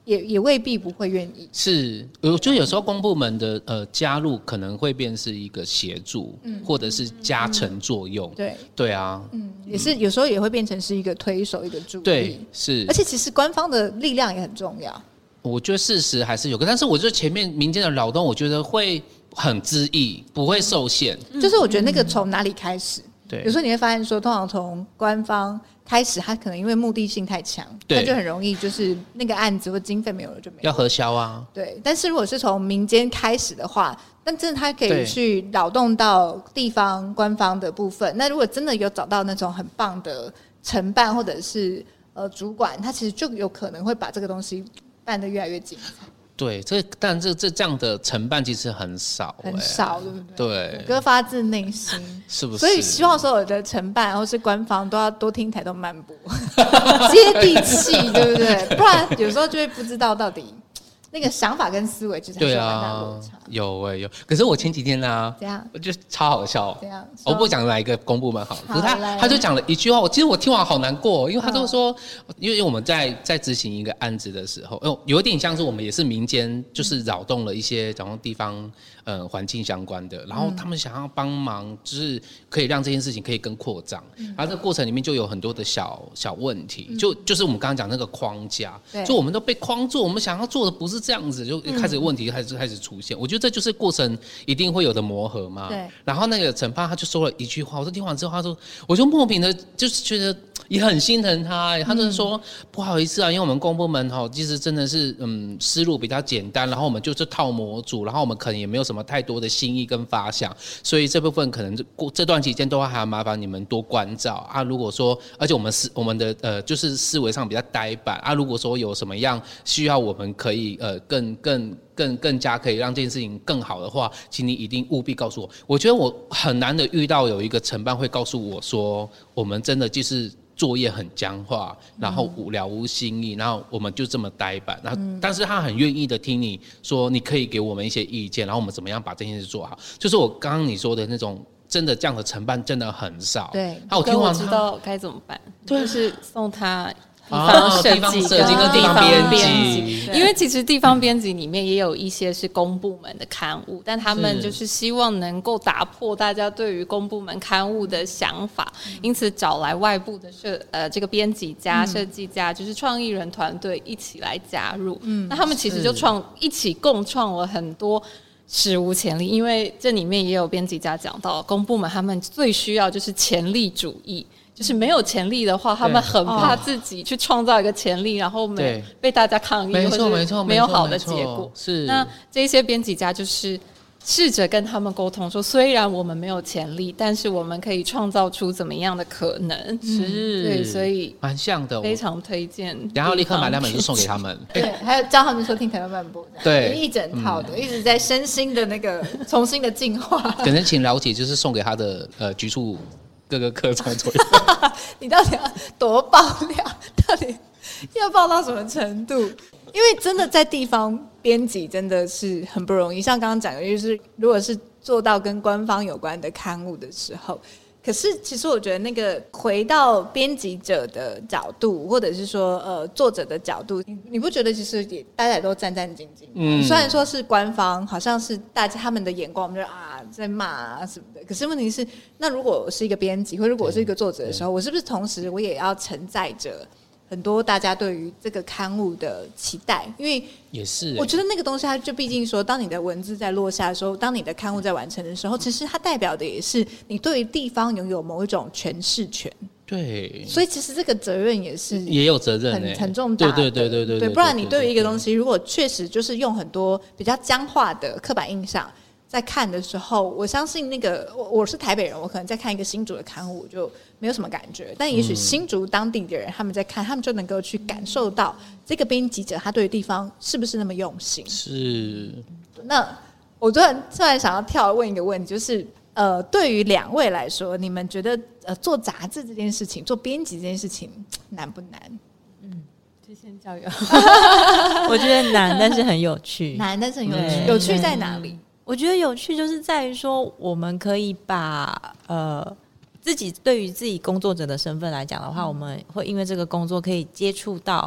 也未必不会愿意。 是，我觉得有时候公部门的加入可能会变是一个协助，或者是加成作用。对啊， 也是有时候也会变成是一个推手，一个助力。 对，是。 而且其实官方的力量也很重要。 我觉得事实还是有个，但是我觉得前面民间的扰动，我觉得会很恣意，不会受限。 就是我觉得那个从哪里开始？ 对， 有时候你会发现说，通常从官方开始，他可能因为目的性太强，他就很容易就是那个案子或经费没有了就没有了， 要核销啊。 对，但是如果是从民间开始的话，那真的他可以去扰动到地方官方的部分。那如果真的有找到那种很棒的承办或者是主管，他其实就有可能会把这个东西办得越来越精彩。 对，但这样的承办其实很少， 很少，对不对？ 对， 歌发自内心， 是不是？ 所以希望所有的承办或是官方都要多听台东漫播，接地气，对不对？不然有时候就会不知道到底那个想法跟思维其实还是有蛮大落差。 有，可是我前几天呢， 怎样？ 我觉得超好笑。 怎样？ 我不讲哪一个公部门好了，可是他就讲了一句话，其实我听完好难过，因为他就说，因为我们在执行一个案子的时候，有点像是我们也是民间，就是扰动了一些讲到地方环境相关的，然后他们想要帮忙，就是可以让这件事情可以更扩张，然后这个过程里面就有很多的小问题，就是我们刚刚讲那个框架，就我们都被框住，我们想要做的不是这样子，就开始问题开始出现。我觉得这就是过程一定会有的磨合嘛。 对。 然后那个审判他就说了一句话，我说听完之后，他说，我就莫名的就是觉得也很心疼他，他就是说不好意思啊，因为我们公部门其实真的是思路比较简单，然后我们就是套模组，然后我们可能也没有什么太多的心意跟发想，所以这部分可能这段期间都还要麻烦你们多关照啊。如果说，而且我们的就是思维上比较呆板啊，如果说有什么样需要我们可以更加可以让这件事情更好的话，请你一定务必告诉我。我觉得我很难的遇到有一个承办会告诉我说，我们真的就是作业很僵化，然后了无新意，然后我们就这么呆板，然后但是他很愿意的听你说，你可以给我们一些意见，然后我们怎么样把这件事做好。就是我刚刚你说的那种，真的这样的承办真的很少。 对， 我听完知道该怎么办，就是送他地方设计跟地方编辑，因为其实地方编辑里面也有一些是公部门的刊物，但他们就是希望能够打破大家对于公部门刊物的想法，因此找来外部的这个编辑家、设计家，就是创意人团队一起来加入。那他们其实就一起共创了很多史无前例，因为这里面也有编辑家讲到，公部门他们最需要就是潜力主义。就是没有潜力的话，他们很怕自己去创造一个潜力，然后被大家抗议，或者没有好的结果。 是， 那这些编辑家就是试着跟他们沟通说，虽然我们没有潜力，但是我们可以创造出怎么样的可能。 是， 对，所以蛮像的， 非常推荐。 然后立刻买2本书送给他们。 对，还有教他们说听台湾漫播， 对， 一整套的，一直在身心的那个重新的进化。 可能请了解，就是送给他的局处。各个课程左右， 你到底要多爆料？到底要爆到什么程度？因为真的在地方编辑真的是很不容易。像刚刚讲的，就是如果是做到跟官方有关的刊物的时候，可是其实我觉得那个回到编辑者的角度，或者是说作者的角度，你不觉得其实也大家也都战战兢兢？虽然说是官方，好像是大家他们的眼光，我们就在骂啊什么的。可是问题是，那如果我是一个编辑，或如果我是一个作者的时候，我是不是同时我也要承载着很多大家对于这个刊物的期待？因为也是， 我觉得那个东西，它就毕竟说，当你的文字在落下的时候，当你的刊物在完成的时候，其实它代表的也是你对于地方拥有某一种诠释权。 对， 所以其实这个责任也有责任， 很重大的。对，不然你对于一个东西，如果确实就是用很多比较僵化的刻板印象在看的时候，我相信那个我是台北人，我可能在看一个新竹的刊物，我就没有什么感觉。但也许新竹当地的人他们在看，他们就能够去感受到这个编辑者他对于地方是不是那么用心。 是。 那我突然想要跳问一个问题，就是对于2位来说，你们觉得做杂志这件事情，做编辑这件事情难不难？ 就先教育。 我觉得难，但是很有趣。 难，但是很有趣。有趣在哪里？ 我觉得有趣就是在于说，我们可以把自己对于自己工作者的身份来讲的话，我们会因为这个工作可以接触到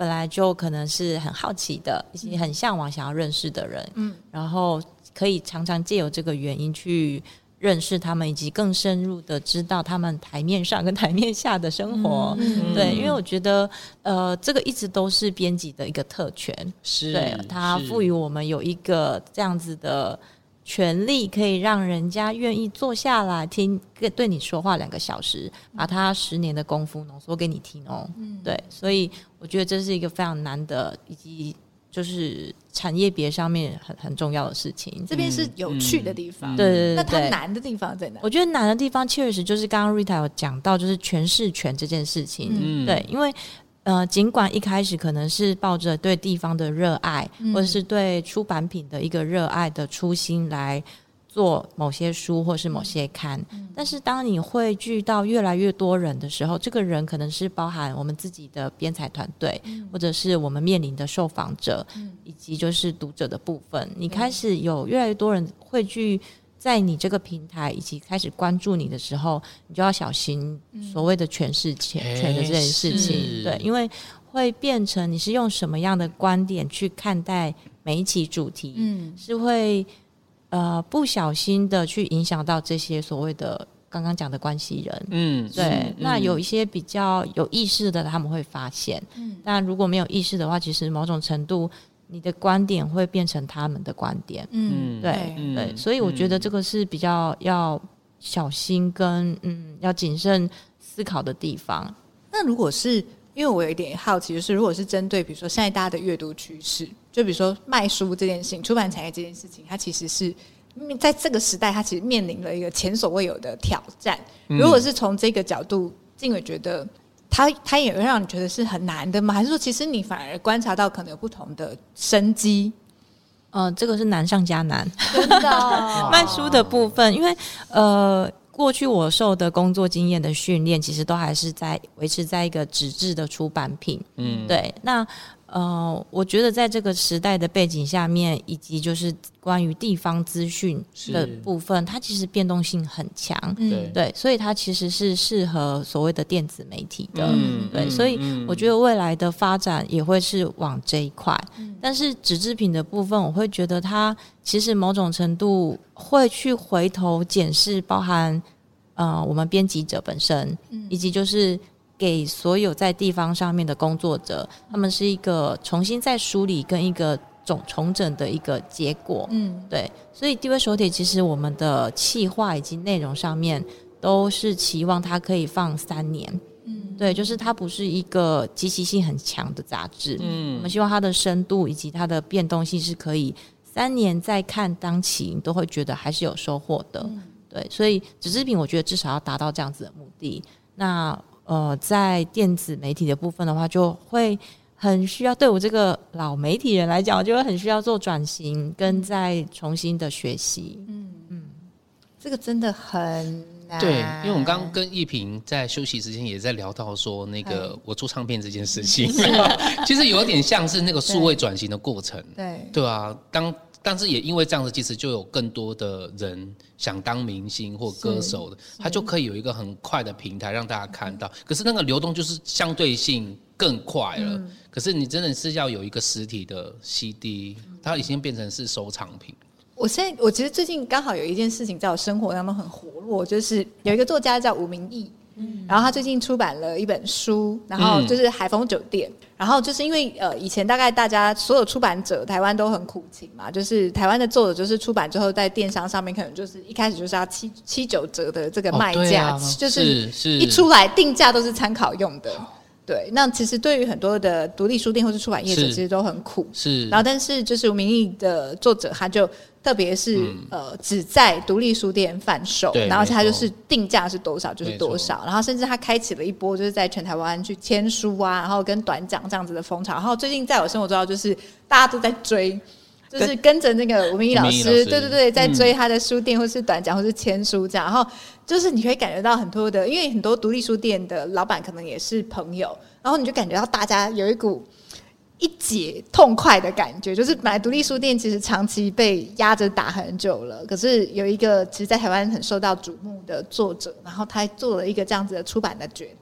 本来就可能是很好奇的，以及很向往想要认识的人，然后可以常常借由这个原因去认识他们，以及更深入的知道他们台面上跟台面下的生活。对，因为我觉得这个一直都是编辑的一个特权， 是对，他赋予我们有一个这样子的权利，可以让人家愿意坐下来听对你说话2个小时，把他10年的功夫浓缩给你听哦。对，所以我觉得这是一个非常难的，以及就是产业别上面很重要的事情。 这边是有趣的地方， 对。 那它难的地方在哪？ 我觉得难的地方确实就是刚刚 Rita 有讲到，就是诠释权这件事情。对，因为尽管一开始可能是抱着对地方的热爱，或者是对出版品的一个热爱的初心来做某些书或是某些刊，但是当你汇聚到越来越多人的时候，这个人可能是包含我们自己的编采团队，或者是我们面临的受访者，以及就是读者的部分，你开始有越来越多人汇聚在你这个平台以及开始关注你的时候，你就要小心所谓的诠释权的这件事情。对，因为会变成你是用什么样的观点去看待每一期主题，是会不小心的去影响到这些所谓的刚刚讲的关系人。对，那有一些比较有意识的他们会发现，但如果没有意识的话，其实某种程度你的观点会变成他们的观点。对，所以我觉得这个是比较要小心跟要谨慎思考的地方。 那如果是因为我有一点好奇，就是如果是针对比如说现在大家的阅读趋势，就比如说卖书这件事情，出版产业这件事情，它其实是在这个时代它其实面临了一个前所未有的挑战。如果是从这个角度，静伟觉得它也会让你觉得是很难的吗？还是说其实你反而观察到可能有不同的生机？ 这个是难上加难， 真的卖书的部分，因为过去我受的工作经验的训练，其实都还是在维持在一个纸质的出版品。对，那我觉得在这个时代的背景下面，以及就是关于地方资讯的部分，它其实变动性很强。对，所以它其实是适合所谓的电子媒体的。对，所以我觉得未来的发展也会是往这一块。但是纸制品的部分，我会觉得它其实某种程度会去回头检视，包含我们编辑者本身，以及就是给所有在地方上面的工作者，他们是一个重新再梳理跟一个重整的一个结果。对，所以地位手帖其实我们的企划以及内容上面都是期望它可以放3年。对，就是它不是一个即期性很强的杂志。我们希望它的深度以及它的变动性是可以3年再看当期，你都会觉得还是有收获的。对，所以纸制品我觉得至少要达到这样子的目的。那在电子媒体的部分的话，就会很需要，对我这个老媒体人来讲，我就会很需要做转型跟再重新的学习。 这个真的很难。 对，因为我们刚刚跟奕屏在休息之前也在聊到说那个我做唱片这件事情，其实有点像是那个数位转型的过程。对啊，但是也因为这样子，其实就有更多的人想当明星或歌手的，他就可以有一个很快的平台让大家看到。可是那个流动就是相对性更快了。可是你真的是要有一个实体的 CD， 它已经变成是收藏品。 我其实最近刚好有一件事情在我生活当中很活络，就是有一个作家叫吴明义。然后他最近出版了一本书，然后就是海丰酒店。然后就是因为以前大概大家所有出版者台湾都很苦情嘛，就是台湾的作者就是出版之后在电商上面可能就是一开始就是要7-9折的这个卖价，就是一出来定价都是参考用的。对，那其实对于很多的独立书店或是出版业者其实都很苦。然后但是就是吴明义的作者他就特别是只在独立书店贩售，然后他就是定价是多少就是多少，然后甚至他开启了一波就是在全台湾去签书啊，然后跟短讲这样子的风潮。然后最近在我生活中就是大家都在追，就是跟着那个吴明义老师，对，在追他的书店或是短讲或是签书这样。然后就是你可以感觉到很多的，因为很多独立书店的老板可能也是朋友，然后你就感觉到大家有一股一解痛快的感觉，就是本来独立书店其实长期被压着打很久了，可是有一个其实在台湾很受到瞩目的作者，然后他做了一个这样子的出版的决定，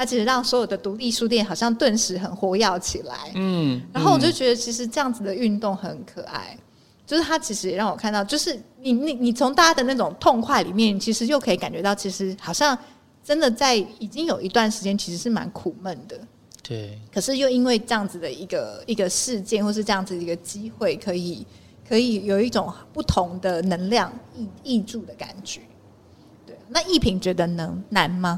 它其实让所有的独立书店好像顿时很活跃起来。然后我就觉得其实这样子的运动很可爱，就是它其实也让我看到，就是你从大家的那种痛快里面，其实又可以感觉到，其实好像真的在已经有一段时间其实是蛮苦闷的。 对， 可是又因为这样子的一个事件，或是这样子的一个机会，可以有一种不同的能量挹注的感觉。对，那奕屏觉得呢？难吗？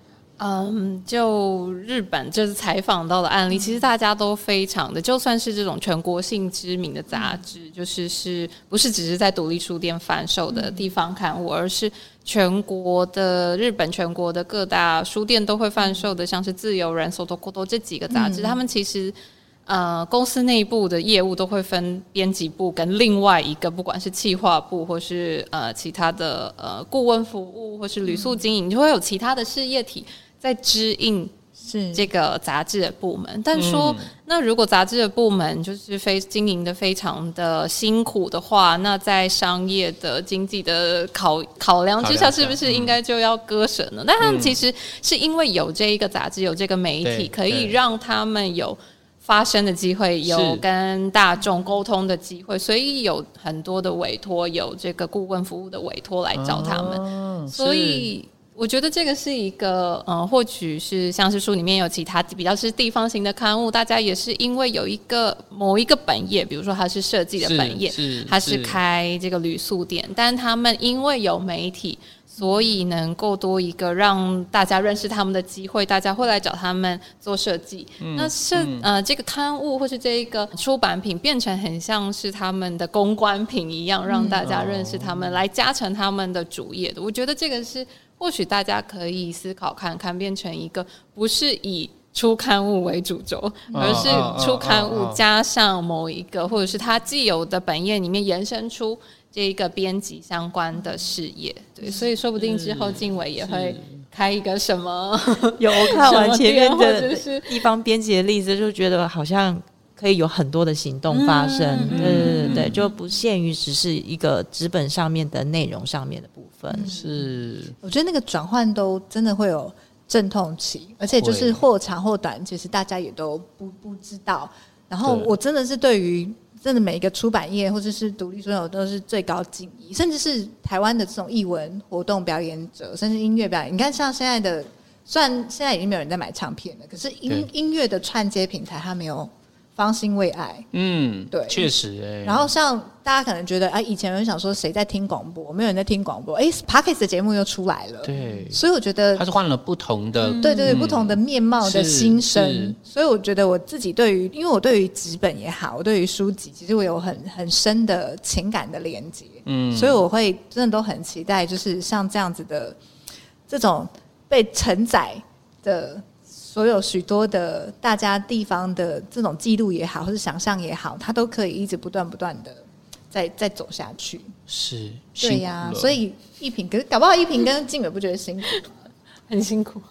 就日本就是采访到的案例，其实大家都非常的，就算是这种全国性知名的杂志，就是不是只是在独立书店贩售的地方刊物，而是日本全国的各大书店都会贩售的，像是自由人、Sotokoto 这几个杂志，他们其实公司内部的业务都会分编辑部跟另外一个，不管是企划部或是其他的顾问服务或是旅宿经营，就会有其他的事业体在支应这个杂志的部门。但说那如果杂志的部门就是经营的非常的辛苦的话，那在商业的经济的考量之下，是不是应该就要割舍呢？但他们其实是因为有这一个杂志，有这个媒体，可以让他们有发声的机会，有跟大众沟通的机会，所以有很多的委托，有这个顾问服务的委托来找他们。所以我觉得这个是一个或许是像是书里面有其他比较是地方型的刊物，大家也是因为有某一个本业，比如说它是设计的本业，它是开这个旅宿店，但他们因为有媒体，所以能够多一个让大家认识他们的机会，大家会来找他们做设计。这个刊物或是这个出版品变成很像是他们的公关品一样，让大家认识他们，来加成他们的主业的。我觉得这个是或许大家可以思考看看，变成一个不是以出刊物为主轴，而是出刊物加上某一个或者是他既有的本业里面延伸出这一个编辑相关的事业。对，所以说不定之后静伟也会开一个什么有我看完前面的地方编辑的例子，就觉得好像可以有很多的行动发生。对，就不限于只是一个纸本上面的内容上面的部分。 是， 我觉得那个转换都真的会有阵痛期，而且就是或长或短，其实大家也都不知道。然后我真的是对于真的每一个出版业或者是独立书店，我都是最高敬意，甚至是台湾的这种艺文活动表演者，甚至音乐表演。你看，像现在的，虽然现在已经没有人在买唱片了，可是音乐的串接平台，它没有方兴未艾。对， 确实然后像大家可能觉得，以前有人想说谁在听广播，没有人在听广播，Podcast 的节目又出来了。 对， 所以我觉得它是换了不同的， 对，不同的面貌的新生。所以我觉得我自己因为我对于纸本也好，我对于书籍，其实我有很深的情感的连接。所以我会真的都很期待，就是像这样子的这种被承载的所有许多的大家地方的这种记录也好，或是想象也好，它都可以一直不断的再走下去。 是， 对呀，所以奕屏，可是搞不好奕屏跟静伟不觉得辛苦？ 很辛苦，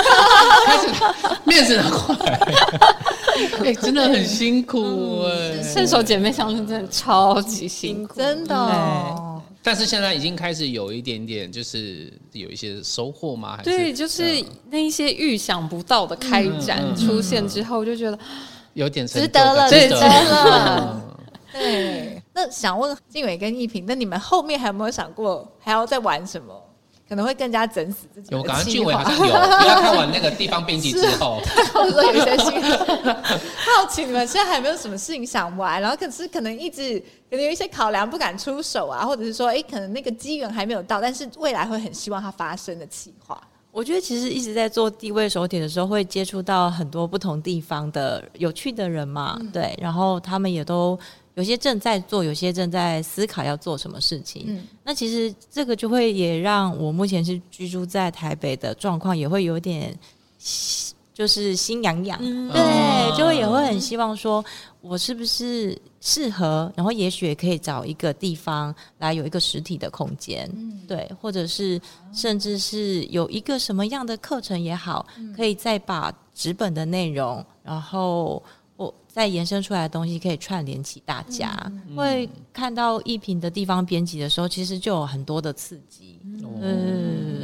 面子拿过来，真的很辛苦圣手姐妹相真的超级辛苦， 真的。 但是现在已经开始有一点点，就是有一些收获吗？还是对，就是那一些预想不到的开展出现之后，就觉得有点值得了， 值得了。 对，那想问静伟跟奕屏，那你们后面还有没有想过还要再玩什么？可能会更加整死自己的有，刚刚俊伟好像有，不要看完那个地方编辑之后， 我说有一些新好奇你们现在还有没有什么事情想玩，然后可能有一些考量不敢出手啊，或者是说可能那个机缘还没有到，但是未来会很希望它发生的企划。 我觉得其实一直在做地位手帖的时候，会接触到很多不同地方的有趣的人嘛，对，然后他们也都有些正在做，有些正在思考要做什么事情。那其实这个就会也让我目前是居住在台北的状况也会有点就是心痒痒，对，就也会很希望说我是不是适合，然后也许也可以找一个地方来有一个实体的空间，对，或者是甚至是有一个什么样的课程也好，可以再把纸本的内容，然后我再延伸出来的东西可以串联起大家，会看到奕屏的地方编辑的时候，其实就有很多的刺激。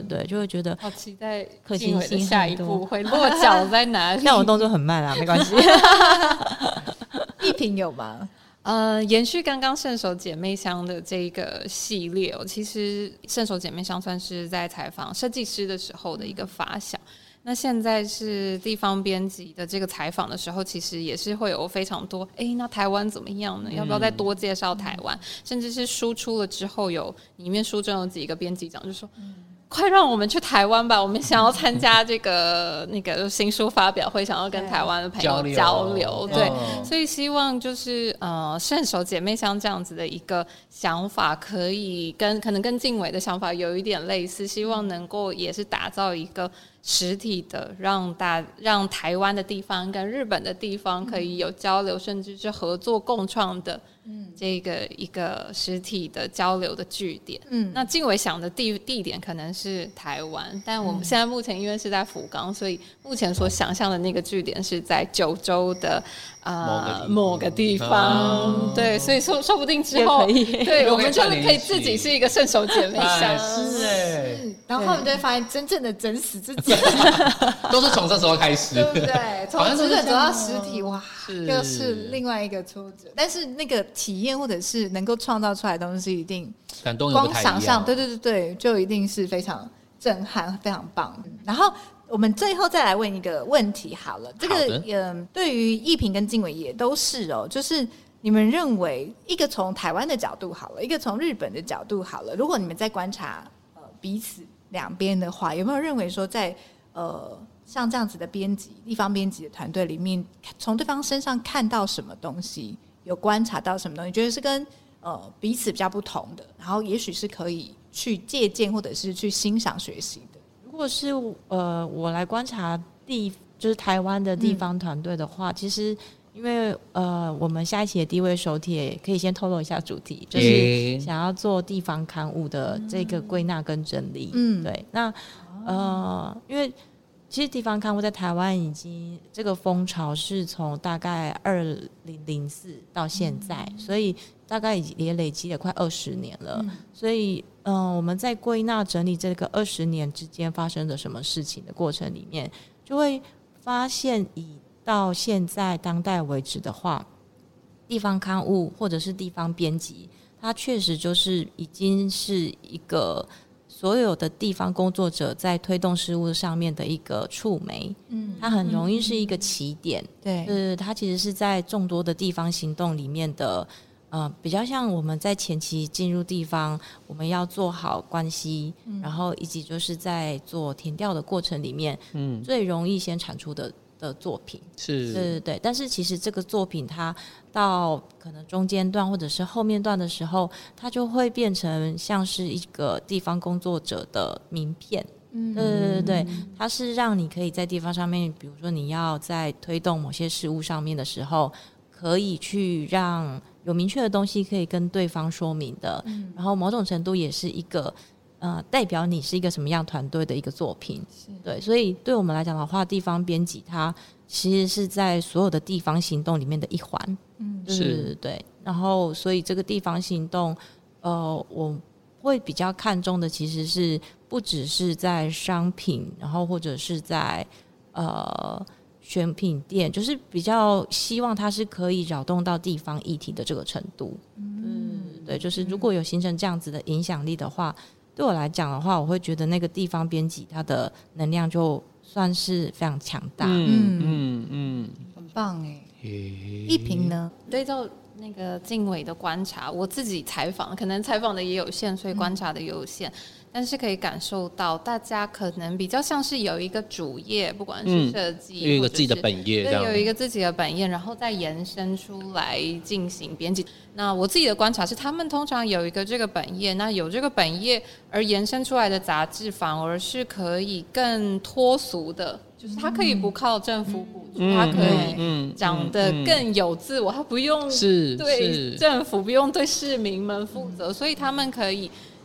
对，就会觉得好期待可行性下一步会落脚在哪里。 但我动作很慢啊，没关系。 一平有吗？ 延续刚刚圣手姐妹香的这个系列其实圣手姐妹香算是在采访设计师的时候的一个发想。那现在是地方编辑的这个采访的时候，其实也是会有非常多，那台湾怎么样呢？要不要再多介绍台湾？甚至是输出了之后，里面书中有几个编辑长就说。快让我们去台湾吧！我们想要参加那个新书发表会，想要跟台湾的朋友交流。对，所以希望就是圣手姐妹香这样子的一个想法，可以可能跟静伟的想法有一点类似，希望能够也是打造一个实体的，让台湾的地方跟日本的地方可以有交流，甚至是合作共创的。这个一个实体的交流的据点。那静伟想的地点可能是台湾，但我们现在目前因为是在福冈，所以目前所想象的那个据点是在九州的某个地方。对，所以说不定之后，对，我们就可以自己是一个圣手姐妹香。 是然后他们就会发现真正的整死自己， 都是从这时候开始， 对不对？从纸本走到实体，哇，又是另外一个挫折。但是那个体验或者是能够创造出来的东西，一定感动又不太一样。 光想象，对，就一定是非常震撼，非常棒。然后我们最后再来问一个问题好了，这个对于一平跟静伟也都是就是你们认为一个从台湾的角度好了，一个从日本的角度好了，如果你们在观察彼此两边的话，有没有认为说在像这样子的地方编辑的团队里面，从对方身上看到什么东西，有观察到什么东西，觉得是跟彼此比较不同的，然后也许是可以去借鉴或者是去欣赏学习的。 如果是我来观察就是台湾的地方团队的话，其实因为我们下一期的第一位手帖可以先透露一下主题，就是想要做地方刊物的这个归纳跟整理。对，那因为其实地方刊物在台湾已经这个风潮是从大概2004到现在，所以大概也累积了快20年了。所以我们在归纳整理这个20年之间发生的什么事情的过程里面，就会发现以到现在当代为止的话，地方刊物或者是地方编辑，它确实就是已经是一个所有的地方工作者在推动事务上面的一个触媒。它很容易是一个起点。对，它其实是在众多的地方行动里面的比较像我们在前期进入地方，我们要做好关系，然后以及就是在做田调的过程里面，最容易先产出的作品。是，对。但是其实这个作品它到可能中间段或者是后面段的时候，它就会变成像是一个地方工作者的名片。对，它是让你可以在地方上面，比如说你要在推动某些事物上面的时候，可以去让有明确的东西可以跟对方说明的，然后某种程度也是一个代表你是一个什么样团队的一个作品。对，所以对我们来讲的话，地方编辑它其实是在所有的地方行动里面的一环。对。然后所以这个地方行动我会比较看重的其实是不只是在商品，然后或者是在选品店，就是比较希望它是可以扰动到地方议题的这个程度。对，就是如果有形成这样子的影响力的话，对我来讲的话，我会觉得那个地方编辑它的能量就算是非常强大。 很棒哎。一平呢？ 对照那个静伟的观察，我自己采访，可能采访的也有限，所以观察的也有限。但是可以感受到，大家可能比较像是有一个主业，不管是设计， 有一个自己的本业， 对，有一个自己的本业，然后再延伸出来进行编辑。那我自己的观察是，他们通常有一个这个本业，那有这个本业而延伸出来的杂志，反而是可以更脱俗的，就是它可以不靠政府补助，它可以长得更有自我，它不用对政府，不用对市民们负责，所以他们可以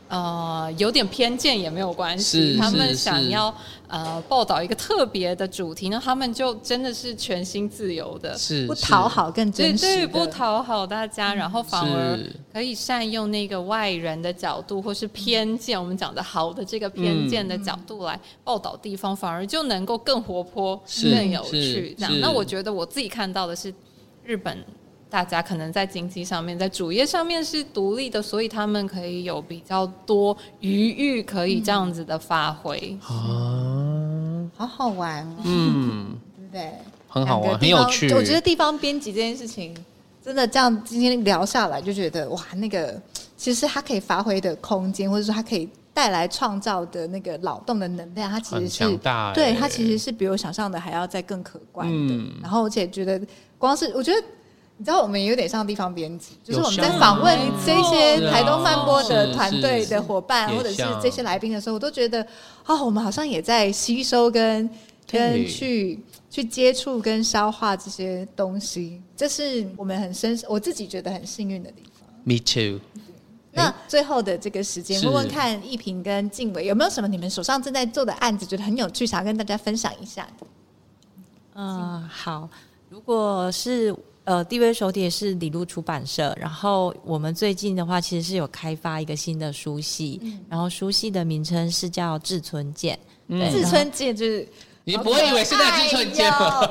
有点偏见也没有关系，他们想要报道一个特别的主题呢，他们就真的是全心自由的， 不讨好更真实的， 对，不讨好大家，然后反而可以善用那个外人的角度或是偏见，我们讲的好的这个偏见的角度来报道地方，反而就能够更活泼、更有趣。这样，那我觉得我自己看到的是日本。大家可能在经济上面，在主业上面是独立的，所以他们可以有比较多余裕，可以这样子的发挥。 好好玩哦，对不对？ 很好玩，很有趣。 我觉得地方编辑这件事情，真的这样今天聊下来，就觉得哇，那个其实它可以发挥的空间，或者说它可以带来创造的那个劳动的能量，它其实是强大， 对，它其实是比我想象的还要再更可观的。然后而且觉得光是我觉得。你知道我们也有点像地方编辑，就是我们在访问这些台东漫播的团队的伙伴，或者是这些来宾的时候，我都觉得我们好像也在吸收跟去接触跟消化这些东西，这是我们我自己觉得很幸运的地方。 Me too。 那最后的这个时间，问问看一平跟静伟有没有什么你们手上正在做的案子，觉得很有趣，想要跟大家分享一下的。 好，如果是。地位手帖是李路出版社，然后我们最近的话其实是有开发一个新的书系，然后书系的名称是叫志村健。 志村健就是你不会以为是那志村健吗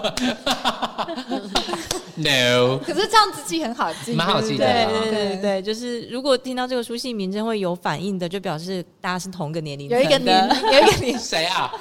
？No， 可是这样子记很好记， 蛮好记的。 对，就是如果听到这个书系名称会有反应的，就表示大家是同个年龄层的。 有一个年谁啊？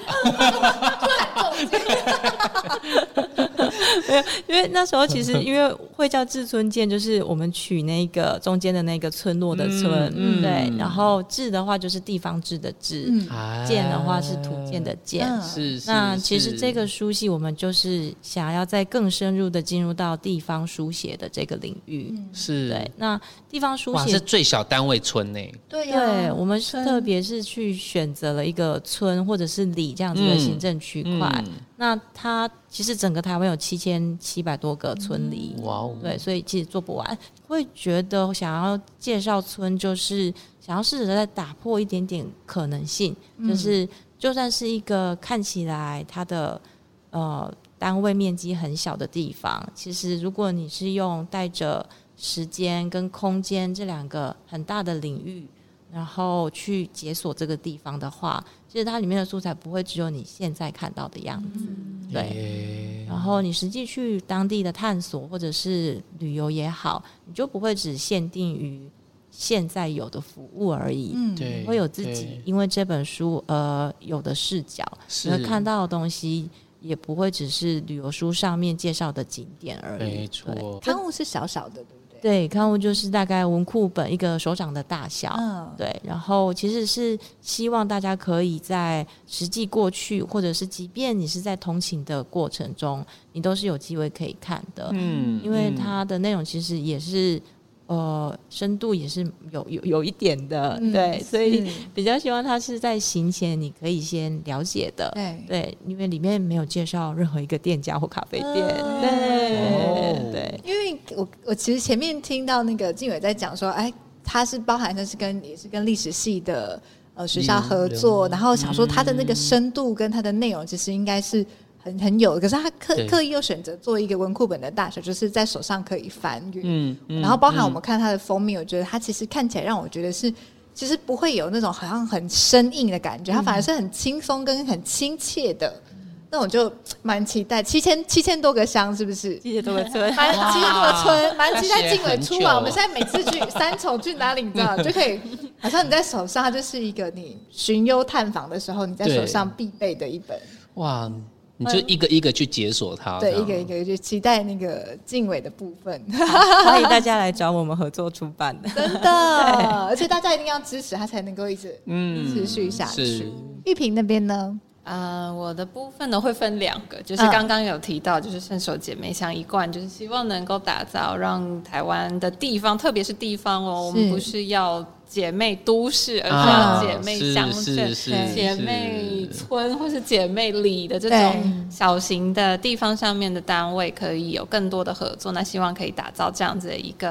没有，因为那时候其实因为会叫志村健，就是我们取那个中间的那个村落的村，对，然后志的话就是地方志的志，健的话是土建的建。那其实这个书系我们就是想要再更深入的进入到地方书写的这个领域，对。那地方书写是最小单位村呢？ 对，我们特别是去选择了一个村或者是里这样子的行政区块。那它其实整个台湾有7700多个村里，对，所以其实做不完。会觉得想要介绍村，就是想要试着再打破一点点可能性，就是就算是一个看起来它的单位面积很小的地方，其实如果你是用带着时间跟空间这两个很大的领域，然后去解锁这个地方的话，其实它里面的素材不会只有你现在看到的样子，对。然后你实际去当地的探索或者是旅游也好，你就不会只限定于现在有的服务而已， 对， 会有自己因为这本书有的视角，你会看到的东西也不会只是旅游书上面介绍的景点而已。 没错， 刊物是小小的，对不对？ 对，刊物就是大概文库本一个手掌的大小，对。然后其实是希望大家可以在实际过去，或者是即便你是在通勤的过程中，你都是有机会可以看的，因为它的内容其实也是深度也是有一点的，对，所以比较希望它是在行前你可以先了解的，对，因为里面没有介绍任何一个店家或咖啡店，对， 因为我其实前面听到那个静伟在讲说，它是包含的是也是跟历史系的学校合作，然后想说它的那个深度跟它的内容其实应该是很有，可是他刻意又选择做一个文库本的大小，就是在手上可以翻阅，然后包含我们看它的封面，我觉得它其实看起来让我觉得是其实不会有那种好像很生硬的感觉，它反而是很轻松跟很亲切的。那我就蛮期待7000多个乡，是不是 ？7000多个村， 蛮期待静伟出完。我们现在每次去三重去哪里，你知道就可以，好像你在手上，它就是一个你寻幽探访的时候，你在手上必备的一本。 哇！你就一个一个去解锁它， 对，一个一个就期待那个静伟的部分。 欢迎大家来找我们合作出版的， 真的，而且大家一定要支持，它才能够一直持续下去。玉萍那边呢？ 我的部分呢会分2个，就是刚刚有提到，就是圣手姐妹像一贯，就是希望能够打造让台湾的地方，特别是地方我们不是要姐妹都市，而是要姐妹乡镇、姐妹村或是姐妹里的这种小型的地方上面的单位，可以有更多的合作。那希望可以打造这样子的一个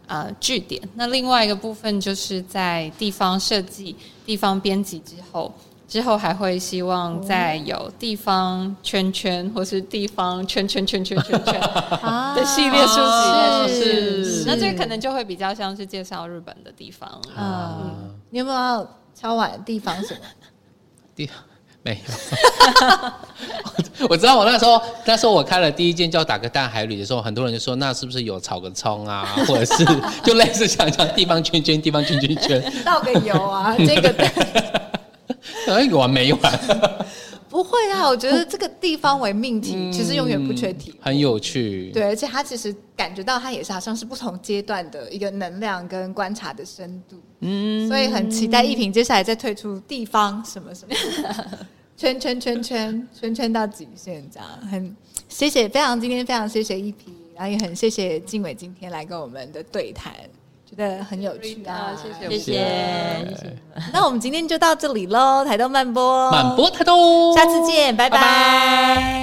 据点。那另外一个部分就是在地方设计、地方编辑之后还会希望再有地方圈圈或是地方圈的系列书籍是。那这可能就会比较像是介绍日本的地方。 你有没有要敲碗地方什么？ 没有。我知道我那时候我开了第一间叫打个蛋海旅的时候，很多人就说那是不是有炒个葱啊，或者是就类似想地方圈地方圈倒个油啊，这个有完没完？ 不会啊，我觉得这个地方为命题，其实永远不缺题， 很有趣。 对，而且他其实感觉到他也是好像是不同阶段的一个能量跟观察的深度。所以很期待一平接下来再推出地方什么什么圈到极限这样。很谢谢，今天非常谢谢一平，然后也很谢谢静伟今天来跟我们的对谈。觉得很有趣啊， 谢谢。 那我们今天就到这里喽，台东慢播台东， 下次见，拜拜。